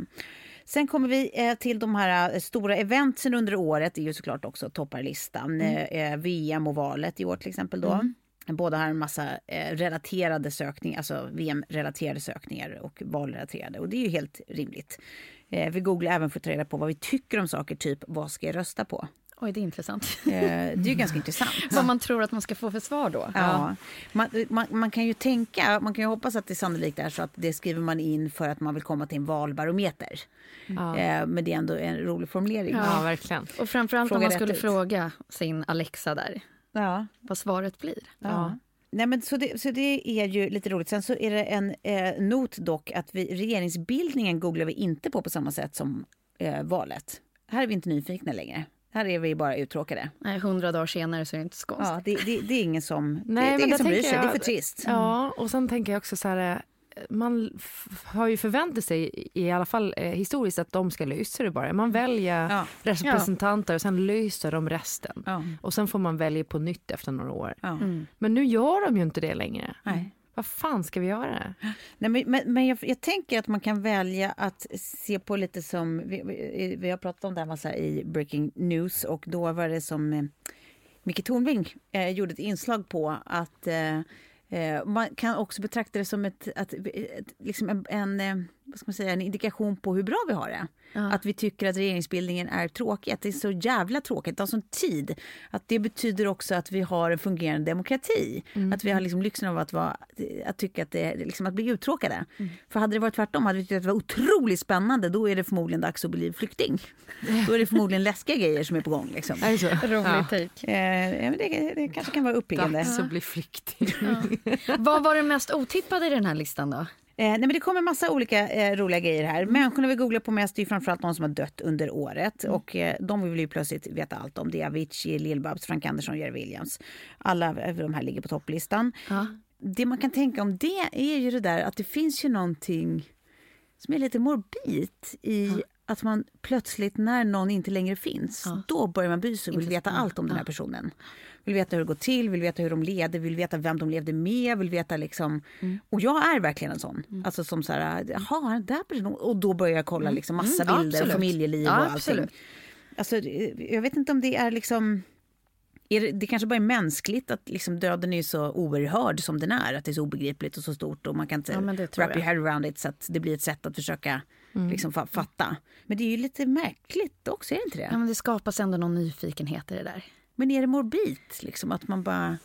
Sen kommer vi till de här stora eventsen under året. Det är ju såklart också topparlistan. VM och valet i år till exempel då. Båda har en massa relaterade sökningar, alltså VM-relaterade sökningar och valrelaterade. Och det är ju helt rimligt. Vi googlar även för att ta reda på vad vi tycker om saker, typ vad ska jag rösta på? Oj, det är intressant. Det är ju ganska intressant. Vad man tror att man ska få för svar då. Ja. Man kan ju tänka, man kan ju hoppas att det sannolikt är så att det skriver man in för att man vill komma till en valbarometer. Men det är ändå en rolig formulering. Ja, verkligen. Och framförallt om man skulle fråga sin Alexa där. Ja. Vad svaret blir. Ja. Nej, men så det är ju lite roligt. Sen så är det en not dock att regeringsbildningen googlar vi inte på samma sätt som valet. Här är vi inte nyfikna längre. Här är vi bara uttråkade. Nej, 100 dagar senare så är det inte så konstigt. Ja, det är ingen som, det är ingen som bryr sig. Det är för trist. Ja, och sen tänker jag också så här, man har ju förväntat sig i alla fall historiskt att de ska lösa det bara. Man väljer representanter och sen löser de resten. Och sen får man välja på nytt efter några år. Men nu gör de ju inte det längre. Nej. Vad fan ska vi göra? Nej, men jag tänker att man kan välja att se på lite som vi har pratat om det här massa i Breaking News och då var det som Micke Tornving gjorde ett inslag på att man kan också betrakta det som liksom vad ska man säga, en indikation på hur bra vi har det. Att vi tycker att regeringsbildningen är tråkig, att det är så jävla tråkigt, det tar sån tid. Att det betyder också att vi har en fungerande demokrati. Att vi har liksom lyxen av att tycka att det liksom att bli uttråkade. För hade det varit tvärtom, hade vi tyckt att det var otroligt spännande, då är det förmodligen dags att bli flykting. Då är det förmodligen läskiga grejer som är på gång. Liksom. Roligt take. Det kanske kan vara uppiggande. Dags att bli flykting. Vad var det mest otippade i den här listan då? Nej, men det kommer massa olika roliga grejer här. Människorna vi googlar på mest är framförallt de som har dött under året. Och de vill ju plötsligt veta allt om. Det är Avicii, Lill-Babs, Frank Andersson, Jerry Williams. Alla de här ligger på topplistan. Det man kan tänka om det är ju det där att det finns ju någonting som är lite morbid i att man plötsligt när någon inte längre finns, då börjar man bry sig och vill veta allt om den här personen. Vill veta hur det går till, vill veta hur de leder, vill veta vem de levde med, vill veta liksom. Och jag är verkligen en sån. Alltså som så här, jaha, den där personen. Och då börjar jag kolla liksom massa bilder, och familjeliv och allting. Alltså, jag vet inte om det är liksom. Det kanske bara är mänskligt att liksom döden är så oerhörd som den är. Att det är så obegripligt och så stort och man kan inte wrap your head around it så att det blir ett sätt att försöka liksom fatta. Men det är ju lite märkligt också, är det inte det? Ja, men det skapas ändå någon nyfikenhet i det där. Men är det morbid liksom att man bara.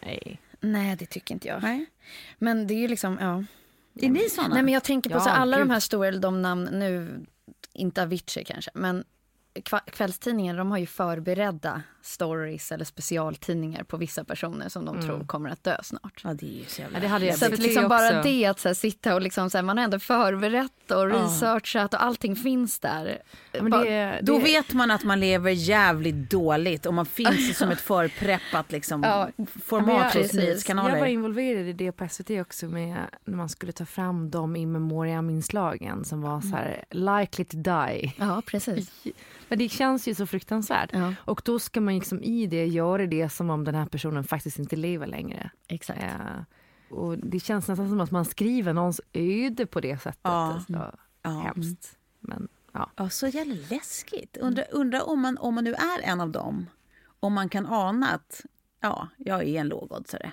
Nej, det tycker inte jag. Nej. Men det är ju liksom Är ni såna? Nej, men jag tänker på så alla de här stora, de namn nu, inte Avicii kanske, men kvällstidningar, de har ju förberedda stories eller specialtidningar på vissa personer som de tror kommer att dö snart. Ja, det är ju så jävla. Ja, det hade jag så att liksom bara det att så här, sitta och liksom så här, man har ändå förberett och researchat och allting finns där. Men då vet man att man lever jävligt dåligt och man finns som ett förpreppat liksom format hos nyhetskanaler. Jag var involverad i det på SVT också med när man skulle ta fram de in memoriam-inslagen som var så här likely to die. Ja, precis. Men det känns ju så fruktansvärt. Och då ska man liksom i det göra det som om den här personen faktiskt inte lever längre. Exakt. Och det känns nästan som att man skriver någons öde på det sättet. Hemskt. Men, så jävla läskigt. Undrar om man nu är en av dem. Om man kan ana att jag är en lågoddsare.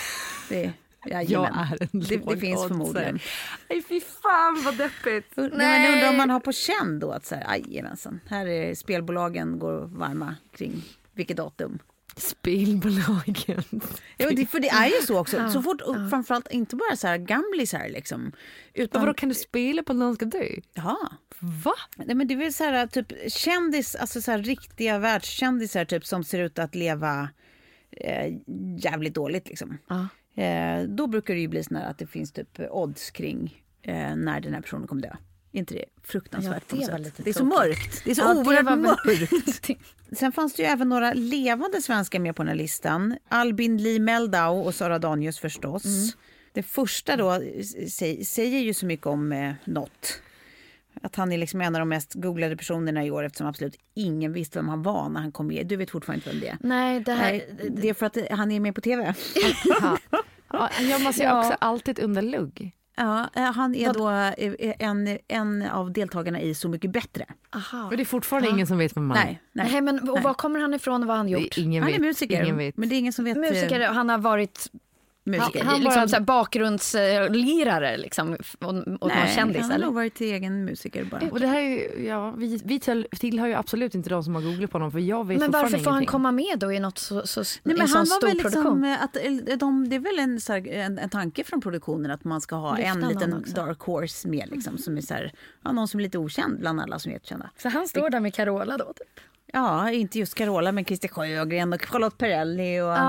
Jag är en det finns förmodligen. Nej, fy fan vad deppigt. Men undrar om man har på känn då att så här, ajjamensan, här är spelbolagen går varma kring vilket datum. Spelbolagen. Ja, för det är ju så också. Så fort, framförallt inte bara så här gamlisar liksom. Utan... Vadå, kan du spela på någon ska dö? Ja. Va? Nej, men det är väl så här typ kändis, alltså så här riktiga världskändisar typ som ser ut att leva jävligt dåligt liksom. Då brukar det ju bli så att det finns typ odds kring när den här personen kommer dö. Inte det fruktansvärt på något sätt. Det är så mörkt. Det är så oerhört mörkt. Sen fanns det ju även några levande svenskar med på den här listan. Albin Lee Meldau och Sara Danius förstås. Det första då säger ju så mycket om något. Att han är liksom en av de mest googlade personerna i år eftersom absolut ingen visste vem han var när han kom med. Du vet fortfarande inte vem det är. Nej, det är för att han är med på tv. Jag måste ju också alltid under lugg. Ja, han är då en av deltagarna i Så mycket bättre. Aha. Men det är fortfarande ingen som vet vem man är. Nej, men var kommer han ifrån och vad har han gjort? Ingen han är vet. musiker, Ingen vet. Men det är ingen som vet. Musiker, han har varit musiker. Han liksom så här bakgrundslirare liksom, och någon kändis. Han har nog varit egen musiker bara. Och det här är, vi tillhör ju absolut inte de som har googlat på honom, för jag vet. Men varför får han komma med då i något så nej, men en sån stor produktion? Liksom, det är väl en tanke från produktionen att man ska ha en liten dark horse med liksom, som är så här, någon som är lite okänd bland alla som är jättekända. Så han står där med Carola då typ? Ja, inte just Carola, men Christer Sjögren och Charlotte Perrelli. Och,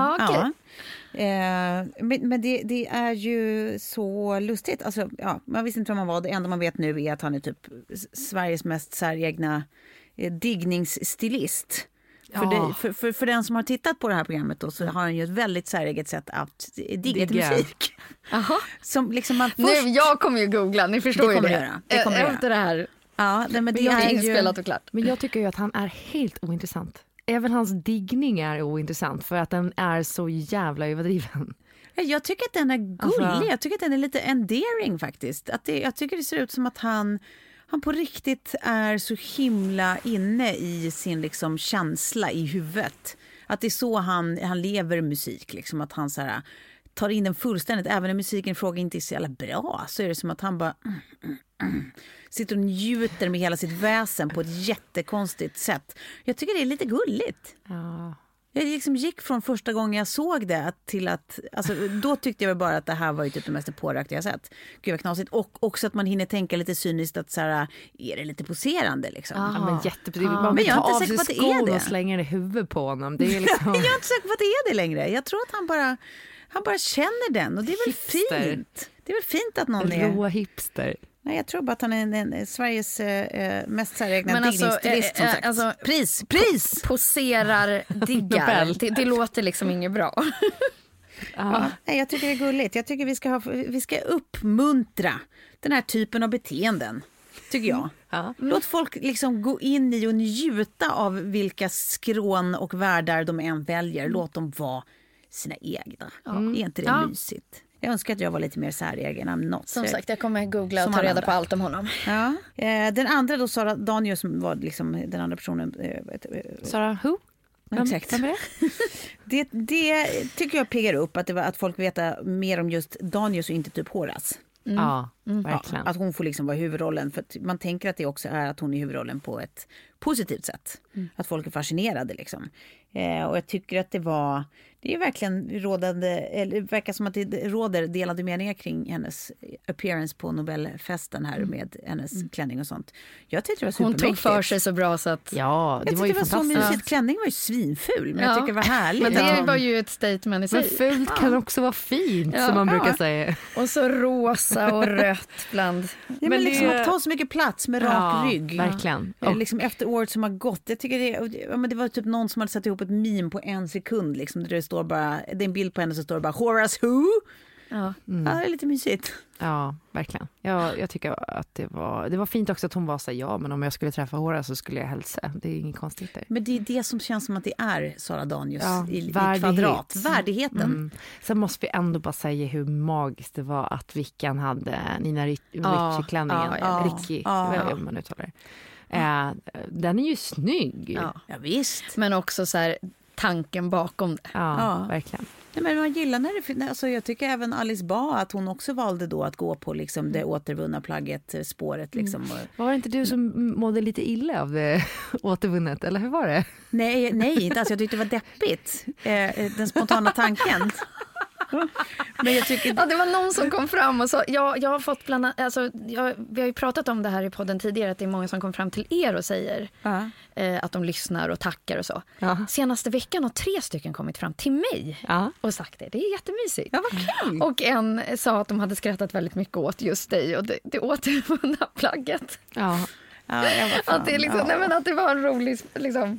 men det är ju så lustigt. Alltså, man visste inte vem man var. Det enda man vet nu är att han är typ Sveriges mest säregna diggningsstilist. För den som har tittat på det här programmet då, så har han ju ett väldigt säreget sätt att digga till musik. Som liksom man först... Nu, jag kommer ju googla, ni förstår ju det. Det kommer efter det här. Ja, men det är inspelat och klart. Men jag tycker ju att han är helt ointressant. Även hans diggning är ointressant för att den är så jävla överdriven. Jag tycker att den är gullig. Jag tycker att den är lite endearing faktiskt. Jag tycker det ser ut som att han på riktigt är så himla inne i sin liksom känsla i huvudet. Att det är så han lever musik. Liksom, att han så här, tar in den fullständigt. Även när musiken frågar inte är så jävla bra, så är det som att han bara... sitter och njuter med hela sitt väsen på ett jättekonstigt sätt. Jag tycker det är lite gulligt. Ja. Jag liksom gick från första gången jag såg det till att... Alltså, då tyckte jag väl bara att det här var ju typ det mest pårökta jag sett. Gud vad knasigt. Och också att man hinner tänka lite cyniskt att så här, är det lite poserande liksom? Ja, men jätteprecis. Man vill ta av sig skon och slänga det i huvudet på honom. Det är liksom... Jag är inte säker på att det är det längre. Jag tror att han bara känner den. Och det är väl fint. Det är väl fint att någon är... Råa hipster. Nej, jag tror bara att han är Sveriges mest säregna diggningsstilist som sagt. Alltså, pris! Poserar diggar. det låter liksom inget bra. Nej, jag tycker det är gulligt. Jag tycker vi ska uppmuntra den här typen av beteenden, tycker jag. Låt folk liksom gå in i och njuta av vilka skrån och världar de än väljer. Låt dem vara sina egna. Är inte det mysigt? Jag önskar att jag var lite mer säregen. Som sagt, jag kommer googla och ta reda på allt om honom. Ja. Den andra då, Sara Danius, var liksom den andra personen. Sara who? Exakt. Det tycker jag piggar upp att folk vet mer om just Danius och inte typ Horace. Ja, verkligen. Att hon får liksom vara huvudrollen. För att man tänker att det också är att hon är huvudrollen på ett positivt sätt. Att folk är fascinerade liksom. Och jag tycker att det är verkligen det verkar som att det råder delade meningar kring hennes appearance på Nobelfesten här med hennes klänning och sånt. Jag tyckte det var supermäktigt. Hon tog för sig så bra så att... Ja, det var ju fantastiskt. Så mysigt. Klänning var ju svinful, men jag tycker det var härligt. Men det var ju ett statement i sig. Men fult kan också vara fint, som man brukar säga. Och så rosa och rött bland... Ja, men liksom att ta så mycket plats med rak rygg. Verkligen. Liksom efter året som har gått. Jag tycker det var typ någon som hade satt ihop ett meme på 1 sekund. Liksom, där det står bara, det är en bild på henne så står det bara Horace who? Ja, det är lite mysigt. Ja, verkligen. Jag tycker att det var fint också att hon var så men om jag skulle träffa Horace så skulle jag hälsa. Det är inget konstigt där. Men det är det som känns som att det är Sara Danius i kvadrat. Värdigheten. Sen måste vi ändå bara säga hur magiskt det var att Vickan hade Nina Ricci-klänningen. Ricky, om man uttalar det. Den är ju snygg. Ja, visst. Men också så här tanken bakom det. Ja, verkligen. Nej, men man gillar när det, alltså jag tycker även Alice Bah att hon också valde då att gå på liksom det återvunna plagget spåret liksom. Var det inte du som mådde lite illa av det återvunnet, eller hur var det? Nej, inte alltså, jag tyckte det var deppigt. Den spontana tanken. Men jag tycker... Ja, det var någon som kom fram och sa, jag har fått bland annat, alltså, vi har ju pratat om det här i podden tidigare, att det är många som kommer fram till er och säger att de lyssnar och tackar och så. Senaste veckan har 3 stycken kommit fram till mig och sagt det. Det är jättemysigt. Ja, vad kul. Och en sa att de hade skrattat väldigt mycket åt just dig och det återvunna plagget. Ja, att det liksom, nej, men att det var en rolig liksom,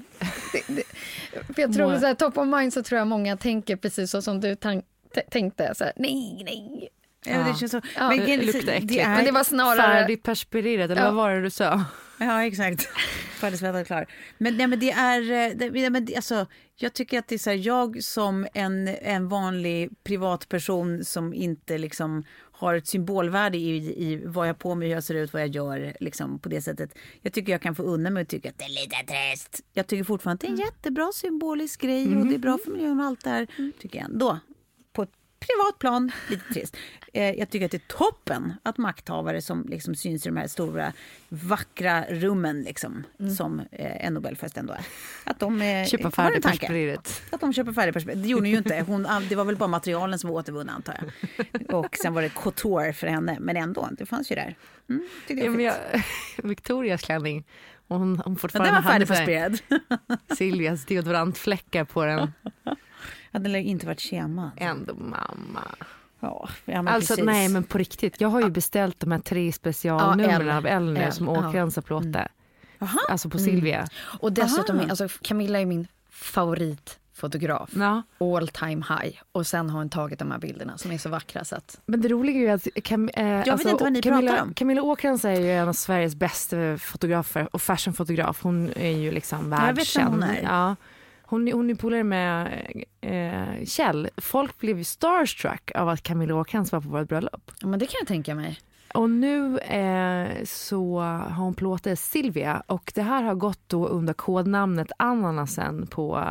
för jag tror så här, top of mind så tror jag många tänker precis så som du tänkte så här, nej. Ja, det känns så. Men det luktar äckligt. Men det var snarare färdigperspirerat, eller vad var det du sa? Ja, exakt. Färdigsvettad klar. Men nej, men det är alltså, jag tycker att det är så här, jag som en vanlig privatperson som inte liksom har ett symbolvärde i vad jag på mig, hur jag ser ut, vad jag gör liksom på det sättet. Jag tycker jag kan få unna mig och tycka att det är lite trist. Jag tycker fortfarande att det är en jättebra symbolisk grej och det är bra för miljön och allt det här. Tycker jag ändå. På ett privat plan, lite trist. Jag tycker att det är toppen att makthavare som liksom syns i de här stora vackra rummen liksom, som en Nobelfest ändå är. Att de köper färdigperspirerat. Att de köper färdigperspirerat. Det gjorde ju inte. Det var väl bara materialen som var återvunna, antar jag. Och sen var det couture för henne. Men ändå, det fanns ju där. Victorias klänning. Hon fortfarande den var färdigperspirerad. Silvias deodorantfläckar på den. Hade det inte varit kema. Ändå mamma. Ja, alltså precis. Nej, men på riktigt. Jag har ju beställt de här 3 specialnumren av Elner som Åkrans har plåtat. Alltså på Silvia. Och dessutom, alltså Camilla är min favoritfotograf. All time high. Och sen har hon tagit de här bilderna som är så vackra så att... Men det roliga är ju att jag vet inte vad ni pratar om. Camilla Åkrans är ju en av Sveriges bästa fotografer och fashionfotograf. Hon är ju liksom världskänd. Jag vet vem hon är. Ja. Hon är polare med Kjell. Folk blev ju starstruck av att Camilla Åkrans var på vårt bröllop. Ja, men det kan jag tänka mig. Och nu så har hon plåtat Silvia. Och det här har gått då under kodnamnet Ananasen på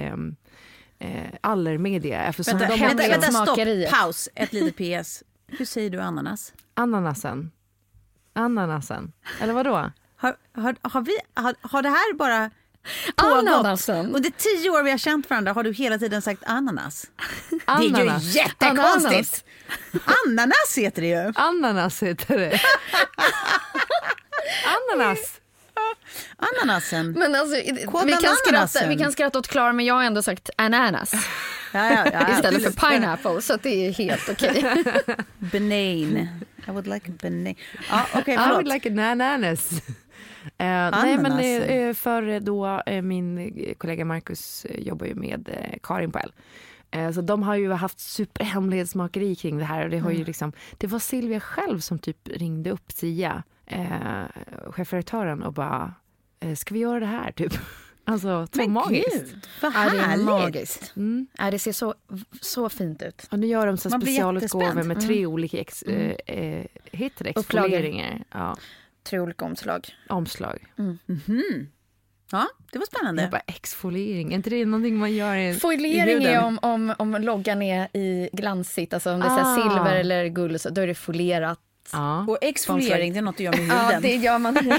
Allermedia. Vänta, stopp, paus, ett litet PS. Hur säger du ananas? Ananasen. Eller vadå? Har det här bara... Ananasen. Under 10 år vi har känt varandra har du hela tiden sagt ananas. Det är ju jättekonstigt. Ananas heter det ju. Ananas heter det. Ananasen. Men alltså, vi kan skratta åt Klara, men jag har ändå sagt ananas. Istället för pineapple, så att det är helt okej. Benign. I would like a benign. I would like an ananas. Nej, men för då min kollega Marcus jobbar ju med Karin på L. Så de har ju haft superhemlighetsmakeri kring det här och det har ju liksom, det var Silvia själv som typ ringde upp Sia, chefredaktören, och bara ska vi göra det här typ? Alltså, så magiskt. Gud, vad härligt. Det är magiskt. Det ser så fint ut. Och nu gör de så specialutgåvor med 3 olika exfolieringar. Ja. 3 olika omslag. Ja, det var spännande. Jag bara, exfoliering, är inte det någonting man gör i foliering är om loggan är i glansigt, alltså om det är silver eller guld, så då är det folierat. Och exfoliering, det är något du gör med huden. Ja, det gör man. Det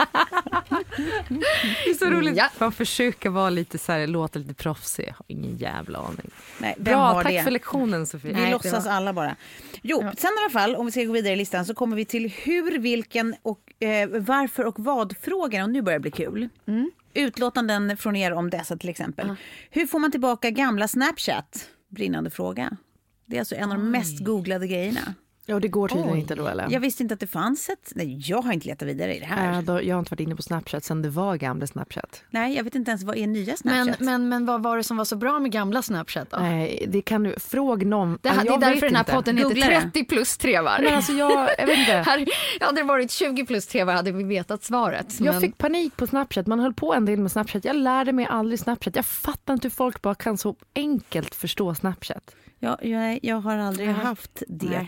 är så roligt. Man försöker vara lite så här, låta lite proffsig. Jag har ingen jävla aning. Nej, bra, tack för lektionen, Sofie. Vi låtsas alla bara. Sen i alla fall, om vi ska gå vidare i listan, så kommer vi till hur, vilken och varför och vad-frågan. Och nu börjar det bli kul. Utlåtanden från er om dessa till exempel. Hur får man tillbaka gamla Snapchat? Brinnande fråga. Det är alltså en av de mest googlade grejerna. Ja, det går tydligen inte då, eller? Jag visste inte att det fanns ett... Nej, jag har inte letat vidare i det här. Jag har inte varit inne på Snapchat sen det var gamla Snapchat. Nej, jag vet inte ens vad är nya Snapchat. Men vad var det som var så bra med gamla Snapchat då? Nej, det kan du fråga någon. Det är därför den här podden heter 30 plus trevar. Men alltså jag vet inte. Hade det varit 20 plus trevar hade vi vetat svaret. Jag fick panik på Snapchat. Man höll på en del med Snapchat. Jag lärde mig aldrig Snapchat. Jag fattar inte hur folk bara kan så enkelt förstå Snapchat. Jag har aldrig haft det. Nej, inte jag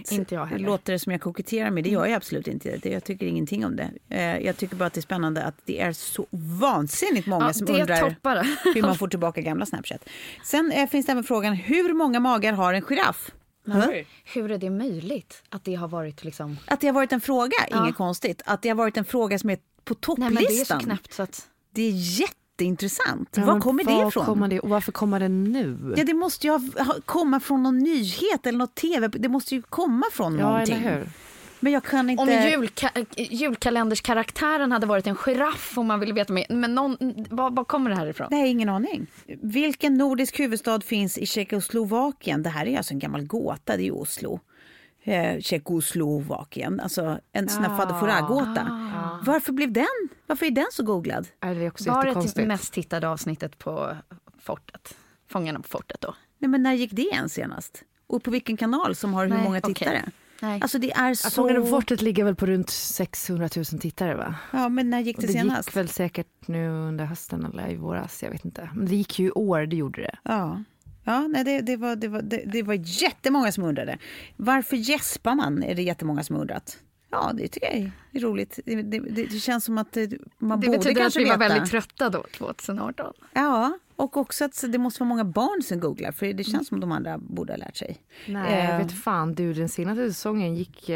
jag heller. Låter det som jag koketterar med? Det gör jag absolut inte. Jag tycker ingenting om det. Jag tycker bara att det är spännande att det är så vansinnigt många som undrar hur man får tillbaka gamla Snapchat. Sen finns det även frågan, hur många magar har en giraff? Hur är det möjligt att det har varit liksom... Att det har varit en fråga, inget konstigt. Att det har varit en fråga som är på topplistan. Nej, men det är så knäppt så att... Det är jätteintressant. Var kommer det ifrån? Och varför kommer det nu? Ja, det måste ju komma från någon nyhet eller något tv. Det måste ju komma från någonting. Eller hur? Men jag kan inte... Om julkalenderskaraktären hade varit en giraff om man ville veta mer. Men var kommer det här ifrån? Nej, ingen aning. Vilken nordisk huvudstad finns i Tjeckoslovakien? Det här är alltså en gammal gåta, det är Oslo. Tjeckoslovakien, alltså en sån här fadderfora-gåta. Varför är den så googlad? Det är också var det mest tittade avsnittet på fortet? Fångarna på fortet då? Nej, men när gick det än senast? Och på vilken kanal som har hur många tittare? Nej. Alltså det är så... Fångarna på fortet ligger väl på runt 600 000 tittare, va? Ja, men när gick det senast? Det gick väl säkert nu under hösten eller i våras, jag vet inte. Men det gick ju i år, det gjorde det. Ja, nej, det var jättemånga som undrade. Varför gäspar man? Är det jättemånga som undrat. Ja, det tycker jag är roligt. Det känns som att man borde kanske veta. Det betyder att vi var väldigt trötta då, 2018. Ja, och också att det måste vara många barn som googlar. För det känns som de andra borde ha lärt sig. Nej, jag vet fan. Den senaste säsongen gick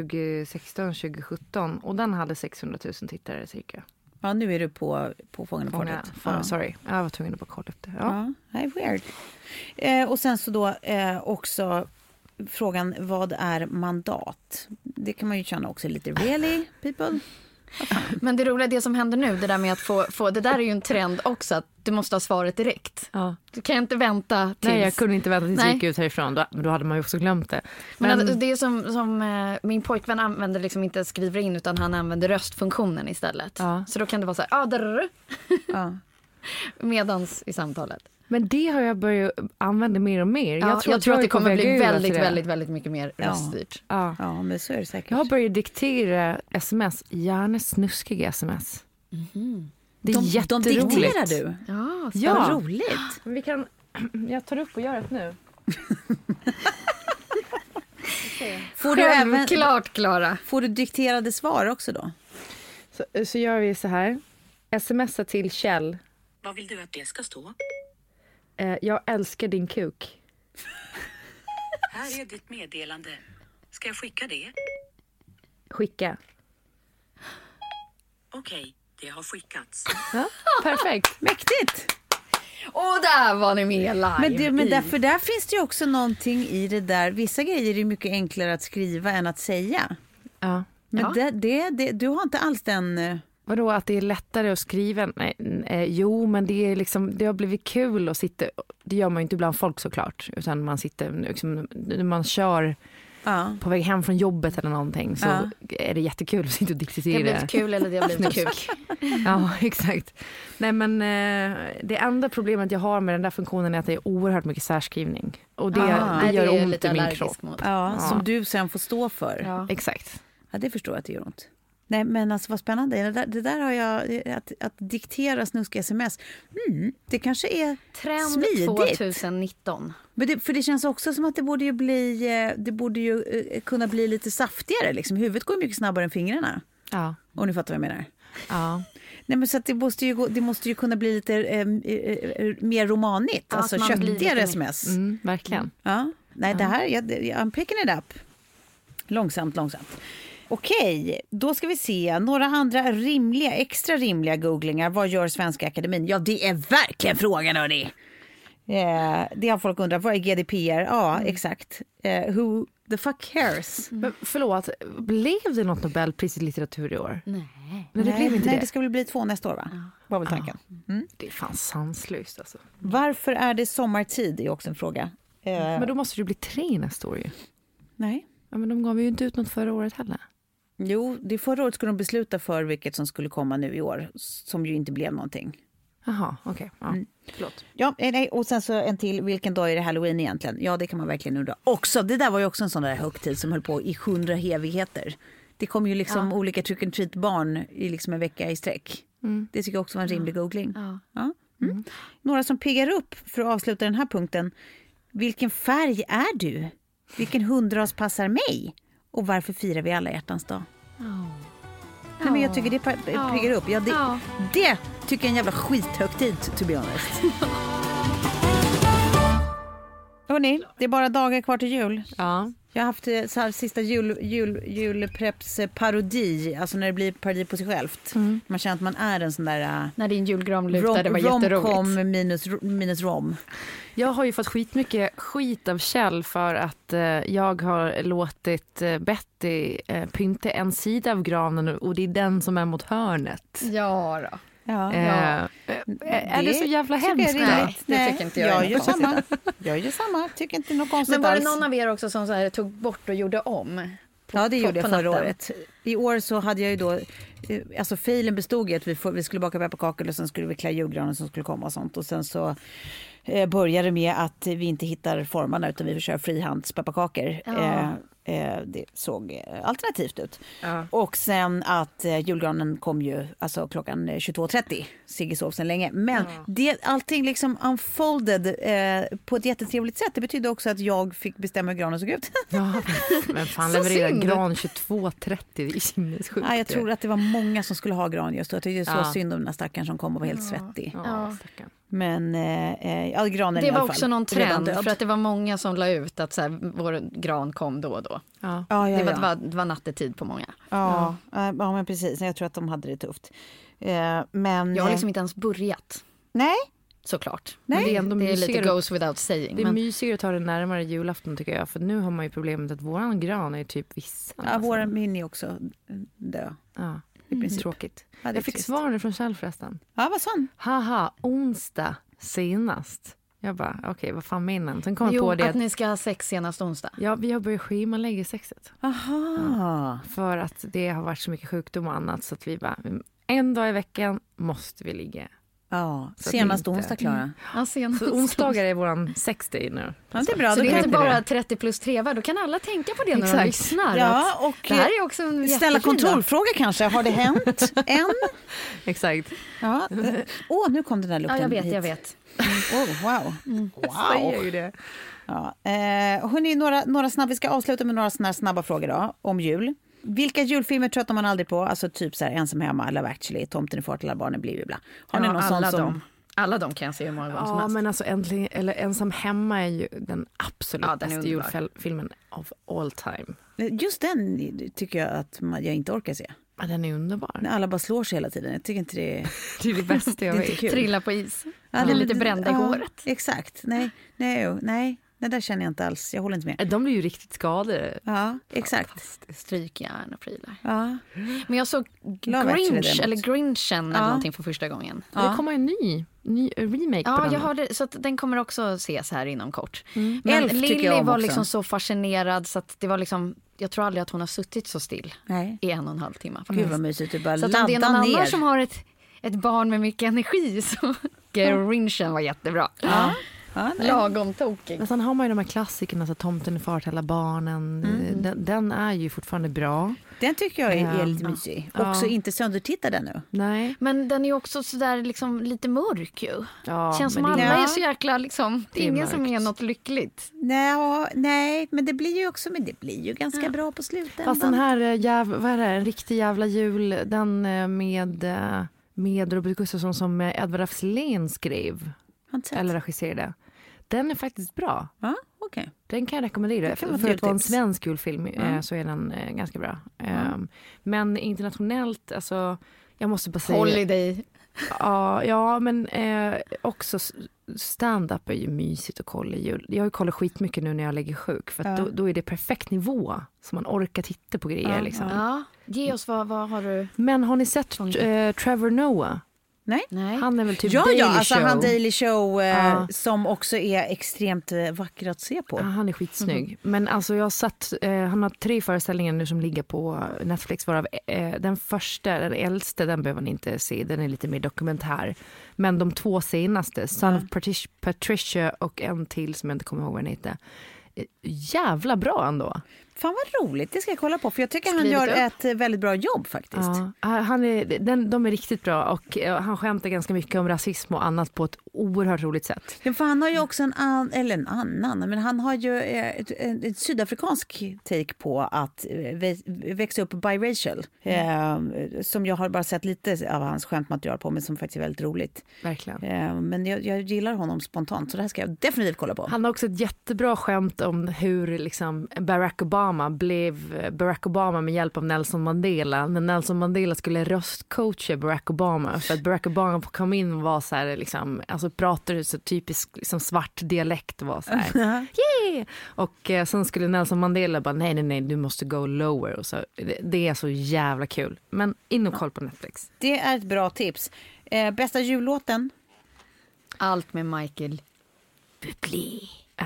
2016-2017. Och den hade 600 000 tittare cirka. Ja, nu är du på Fångarna på fortet. Sorry, jag var tvungen att bara kolla upp det. Ja, nej, weird. Och sen så då också frågan, vad är mandat? Det kan man ju känna också lite really, people. Men det roliga, det som händer nu, det där med att få det där är ju en trend också, att du måste ha svaret direkt. Ja. Du kan inte vänta tills... Nej, jag kunde inte vänta tills jag gick ut härifrån. Då hade man ju också glömt det. Men det är som min pojkvän använder liksom inte skriver in, utan han använder röstfunktionen istället. Ja. Så då kan det vara så här, medans i samtalet. Men det har jag börjat använda mer och mer. Jag tror att det kommer bli väldigt mycket mer röststyrt. Ja, men så är det säkert. Jag har börjat diktera sms, gärna snuskiga sms. Mm-hmm. Det är jätteroligt. De dikterar du? Ja, roligt. Jag tar upp och gör det nu. Självklart, Klara. Får du dikterade svar också då? Så gör vi så här. Smsa till Kjell. Vad vill du att det ska stå? Jag älskar din kuk. Här är ditt meddelande. Ska jag skicka det? Skicka. Okej, det har skickats. Ja, perfekt. Mäktigt. Och där var ni med live. Men där finns det ju också någonting i det där. Vissa grejer är mycket enklare att skriva än att säga. Ja. Men du har inte alls den... Vadå, att det är lättare att skriva? Jo, men det är liksom, det har blivit kul att sitta. Det gör man ju inte bland folk såklart, utan man sitter liksom, när man kör på väg hem från jobbet eller någonting, så är det jättekul att sitta och diktera. Det har blivit kul eller det har blivit kuk. Ja, exakt. Nej, men det enda problemet jag har med den där funktionen är att det är oerhört mycket särskrivning. Och det gör ont i min kropp. Som du sen får stå för. Ja. Exakt. Ja, det förstår jag att det gör ont. Nej, men alltså vad spännande. Det där har jag, att diktera snuska sms. Det kanske är trend smidigt. 2019. Men för det känns också som att det borde ju kunna bli lite saftigare. Liksom. Huvudet går mycket snabbare än fingrarna. Ja. Om ni fattar vad jag menar. Ja. Nej, men så att det måste ju kunna bli lite mer romanigt. Alltså köttigare sms. Verkligen. Ja. Nej, det här, I'm picking it up. Långsamt. Okej, då ska vi se några andra extra rimliga googlingar. Vad gör Svenska Akademin? Ja, det är verkligen frågan, hörni. Det har folk undrat. Vad är GDPR? Ja, exakt. Who the fuck cares? Men förlåt, blev det något Nobelpris i litteratur i år? Nej. Men det blev inte det. Det ska väl bli 2 nästa år, va? Var väl tanken. Det är fan sanslöst alltså. Varför är det sommartid? Är också en fråga. Men då måste det bli 3 nästa år ju. Nej. Ja, men de gav ju inte ut något förra året heller. Jo, förra året skulle de besluta för vilket som skulle komma nu i år, som ju inte blev någonting. Jaha, okej. Ja, förlåt. Ja, nej, och sen så en till, vilken dag är det Halloween egentligen? Ja, det kan man verkligen undra. Också, det där var ju också en sån där högtid som höll på i 100 evigheter. Det kom ju liksom olika trick and treat barn i liksom en vecka i sträck. Det tycker jag också var en rimlig googling. Ja. Några som piggar upp för att avsluta den här punkten. Vilken färg är du? Vilken hundras passar mig? Och varför firar vi alla hjärtans dag? Nej, men jag tycker det piggar upp. Det tycker jag är en jävla skithögtid, to be honest. Hörrni, det är bara dagar kvar till jul. Ja. Jag har haft så här sista julprepps parodi, alltså när det blir parodi på sig självt. Man känner att man är en sån där... När din julgran lutade, var jätteroligt. Romcom minus rom. Jag har ju fått skitmycket skit av Kjell för att jag har låtit Betty pynta en sida av granen och det är den som är mot hörnet. Ja då. Är det så jävla hemskt? Det tycker inte jag. Jag gör samma. Tycker inte något konstigt. Men var det någon av er också som så här tog bort och gjorde om? Ja, det gjorde jag förra året. I år så hade jag ju då... Alltså failen bestod i att vi skulle baka pepparkakor och sen skulle vi klä julgranen som skulle komma och sånt. Och sen så började med att vi inte hittar formarna utan vi får köra frihandspepparkakor. Det såg alternativt ut. Och sen att julgranen kom ju alltså klockan 22.30. Sigge sov sen länge. Men allting liksom unfolded på ett jättetrevligt sätt. Det betyder också att jag fick bestämma hur granen såg ut. Men fan, leverera gran 22.30, det är sinnessjukt. Jag tror att det var många som skulle ha gran just då. Jag tyckte det var så synd om den här stackaren som kom och var helt svettig. Men granen det var också någon trend för att det var många som la ut att så här, vår gran kom då och då. Det var nattetid på många. Ja, men precis. Jag tror att de hade det tufft. Men jag har liksom inte ens börjat. Nej. Såklart. Nej. Men det är lite goes without saying. Det är mysigare att ta det närmare julafton tycker jag. För nu har man ju problemet att våran gran är typ viss. Våran min är också dö. Ja. Tråkigt. Jag fick svar från Kjell förresten. Vad sa han? Haha, onsdag senast. Jag bara, okej, vad fan menar han? Sen kom jag på det att ni ska ha sex senast onsdag. Ja, vi har börjat schemalägga sexet. Aha. För att det har varit så mycket sjukdom och annat så att vi bara, en dag i veckan måste vi ligga. Ja, senast onsdag, Klara. Så onsdagar är våran 60 nu. Ja, det är bra. Så det är inte bara 30 plus 3, då kan alla tänka på det när de lyssnar. Ja, och det här är också en ställa kontrollfråga kanske. Har det hänt än? Exakt. Ja. Nu kom den där lukten. Ja, jag vet. Wow. Säger ju det. Ja. Hörrni, några snabba, vi ska avsluta med några såna snabba frågor då, om jul. Vilka julfilmer tröttar man aldrig på? Alltså typ så här Ensam hemma, Love Actually, Tomten är fart, alla barnen blir bla. Har ni någon sån som... Alla de kan jag se hur många gånger som helst. Ja, men alltså Ensam hemma är ju den absolut bästa julfilmen of all time. Just den tycker jag att jag inte orkar se. Ja, den är underbar. När alla bara slår sig hela tiden. Jag tycker inte det... Det är det bästa jag vet. Trilla på is. Ja, det är lite brända i håret. Exakt. Nej. Det där känner jag inte alls. Jag håller inte med. De blir ju riktigt skadade. Ja, exakt. Strykjärn och prylar. Ja. Men jag såg Grinchen eller någonting för första gången. Ja. Det kommer en ny remake på den. Jag har det, så att den kommer också ses här inom kort. Men Lilly var liksom så fascinerad så att det var liksom, jag tror aldrig att hon har suttit så still i 1,5 timme. Gud vad mysigt, du bara så att om det är någon annan som har ett barn med mycket energi så Grinchen var jättebra. Ja, lagom tokig. Men sen har man ju de här klassikerna, så Tomten är far till alla barnen. Den är ju fortfarande bra. Den tycker jag är lite mysig. Också inte söndertittad ännu. Nej. Men den är ju också sådär liksom lite mörk ju. Ja, känns som alla är så jäkla liksom, det är ingen mörkt. Som är något lyckligt. Nej, men det blir ju också, men det blir ju ganska bra på slutet. Fast den här, vad är det, en riktig jävla jul, den med Robert Gustafsson som Edvard af Sillén skrev. Eller regisserade. Den är faktiskt bra. Ja, okej. Den kan jag rekommendera. För att vara en svensk julfilm så är den ganska bra. Men internationellt, alltså, jag måste bara säga... Holiday. Ja, men också stand-up är ju mysigt att kolla i jul. Jag har ju kollat skitmycket nu när jag lägger sjuk. För att då är det perfekt nivå. Så man orkar titta på grejer. Liksom. Ja. Ge oss, vad har du... Men har ni sett Trevor Noah? Nej. Han är väl typ Daily Show. Han Daily Show som också är extremt vacker att se på. Ja, han är skitsnygg. Men alltså jag har satt, han har 3 föreställningar nu som ligger på Netflix, varav den första, den äldste, den behöver man inte se. Den är lite mer dokumentär. Men de 2 senaste, Son of Patricia och en till som jag inte kommer ihåg vad den heter. Jävla bra ändå. Fan vad roligt, det ska jag kolla på. För jag tycker han gör ett väldigt bra jobb faktiskt. Ja, de är riktigt bra och han skämtar ganska mycket om rasism och annat på ett oerhört roligt sätt. Ja, för han har ju också men han har ju ett sydafrikansk take på att växa upp biracial. Som jag har bara sett lite av hans skämtmaterial på, men som faktiskt är väldigt roligt. Verkligen. Men jag gillar honom spontant, så det här ska jag definitivt kolla på. Han har också ett jättebra skämt om hur liksom Barack Obama blev Barack Obama med hjälp av Nelson Mandela. När Nelson Mandela skulle röstcoacha Barack Obama, för att Barack Obama kom in och var så här liksom, alltså pratade så typisk liksom svart dialekt, var så här. Yeah! Och sen skulle Nelson Mandela bara nej, du måste go lower, och så det är så jävla kul. Men in och koll på Netflix. Det är ett bra tips. Bästa jullåten? Allt med Michael Bublé.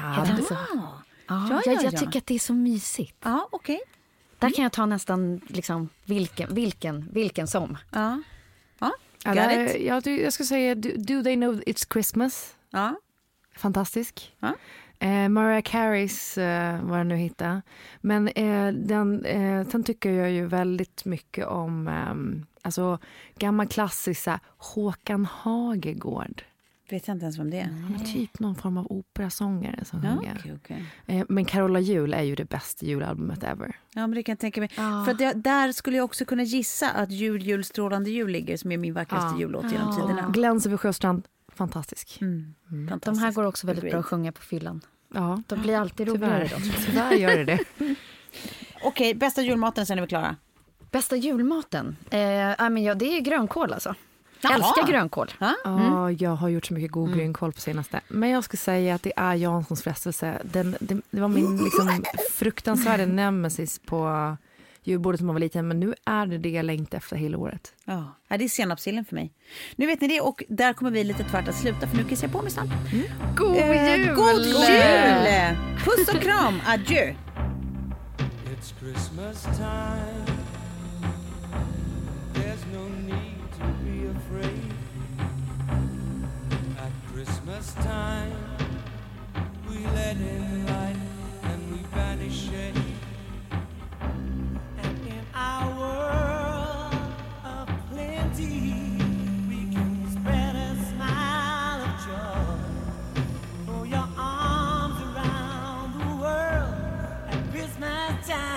Jag tycker att det är så mysigt. Ja, okej. Där kan jag ta nästan liksom vilken som. Jag ska säga Do They Know It's Christmas. Ja. Fantastisk. Ja. Mariah Careys vad jag nu hittar. Men sen tycker jag ju väldigt mycket om alltså gammal klassiska Håkan Hagegård. Vet jag inte ens vem det är. Typ någon form av operasångare som sjunger. Okay. Men Carola Jul är ju det bästa julalbumet ever. Ja, men det kan jag tänka mig. För att där skulle jag också kunna gissa att Jul, strålande jul ligger, som är min vackraste jullåt genom tiderna. Gläns över Sjöstrand, fantastisk. Fantastisk. De här går också väldigt bra att sjunga på fyllan. Ja. De blir alltid roligare då. Tyvärr gör det. Okej, bästa julmaten, sen är vi klara. Bästa julmaten? Det är grönkål alltså. Jag älskar grönkål. Ja, jag har gjort så mycket god grönkål på senaste. Men jag ska säga att det är Janssons frestelse. Det var min liksom fruktansvärda nemesis på julbordet som man var liten. Men nu är det jag längtar efter hela året. Ja, det är senapsillen för mig. Nu vet ni det, och där kommer vi lite tvärt att sluta, för nu kissar jag på mig snart. God jul! God jul! Puss och kram, adjö! It's Christmas time. There's no need to be afraid. At Christmas time, we let in light and we banish shade. And in our world of plenty, we can spread a smile of joy. Throw your arms around the world at Christmas time.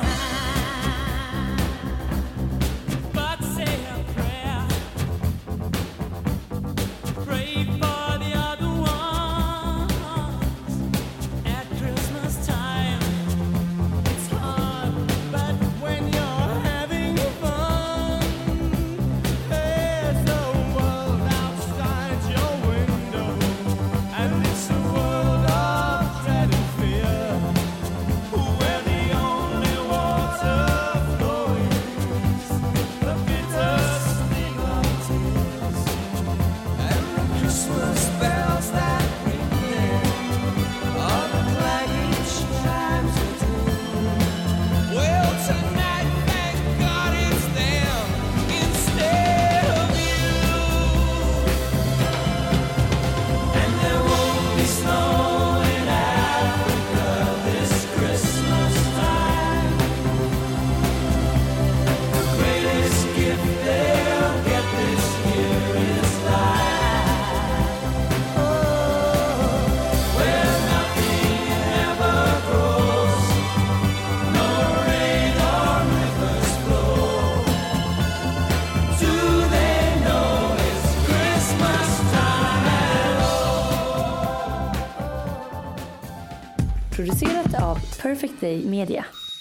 Producerat av Perfect Day Media.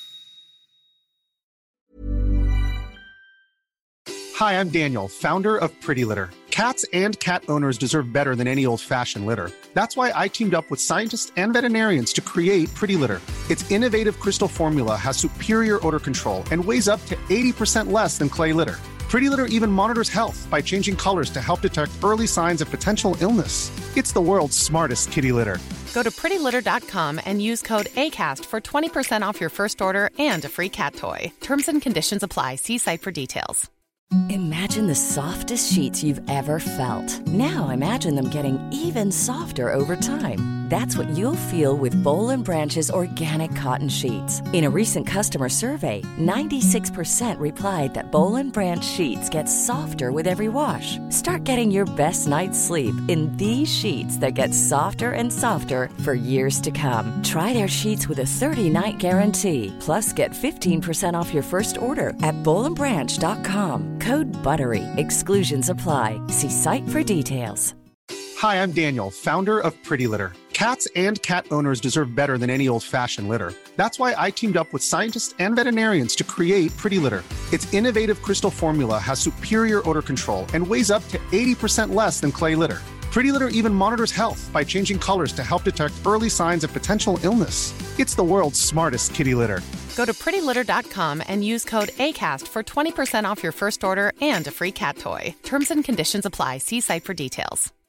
Hi, I'm Daniel, founder of Pretty Litter. Cats and cat owners deserve better than any old-fashioned litter. That's why I teamed up with scientists and veterinarians to create Pretty Litter. Its innovative crystal formula has superior odor control and weighs up to 80% less than clay litter. Pretty Litter even monitors health by changing colors to help detect early signs of potential illness. It's the world's smartest kitty litter. Go to prettylitter.com and use code ACAST for 20% off your first order and a free cat toy. Terms and conditions apply. See site for details. Imagine the softest sheets you've ever felt. Now imagine them getting even softer over time. That's what you'll feel with Boll & Branch's organic cotton sheets. In a recent customer survey, 96% replied that Boll & Branch sheets get softer with every wash. Start getting your best night's sleep in these sheets that get softer and softer for years to come. Try their sheets with a 30-night guarantee. Plus, get 15% off your first order at bollandbranch.com. Code BUTTERY. Exclusions apply. See site for details. Hi, I'm Daniel, founder of Pretty Litter. Cats and cat owners deserve better than any old-fashioned litter. That's why I teamed up with scientists and veterinarians to create Pretty Litter. Its innovative crystal formula has superior odor control and weighs up to 80% less than clay litter. Pretty Litter even monitors health by changing colors to help detect early signs of potential illness. It's the world's smartest kitty litter. Go to prettylitter.com and use code ACAST for 20% off your first order and a free cat toy. Terms and conditions apply. See site for details.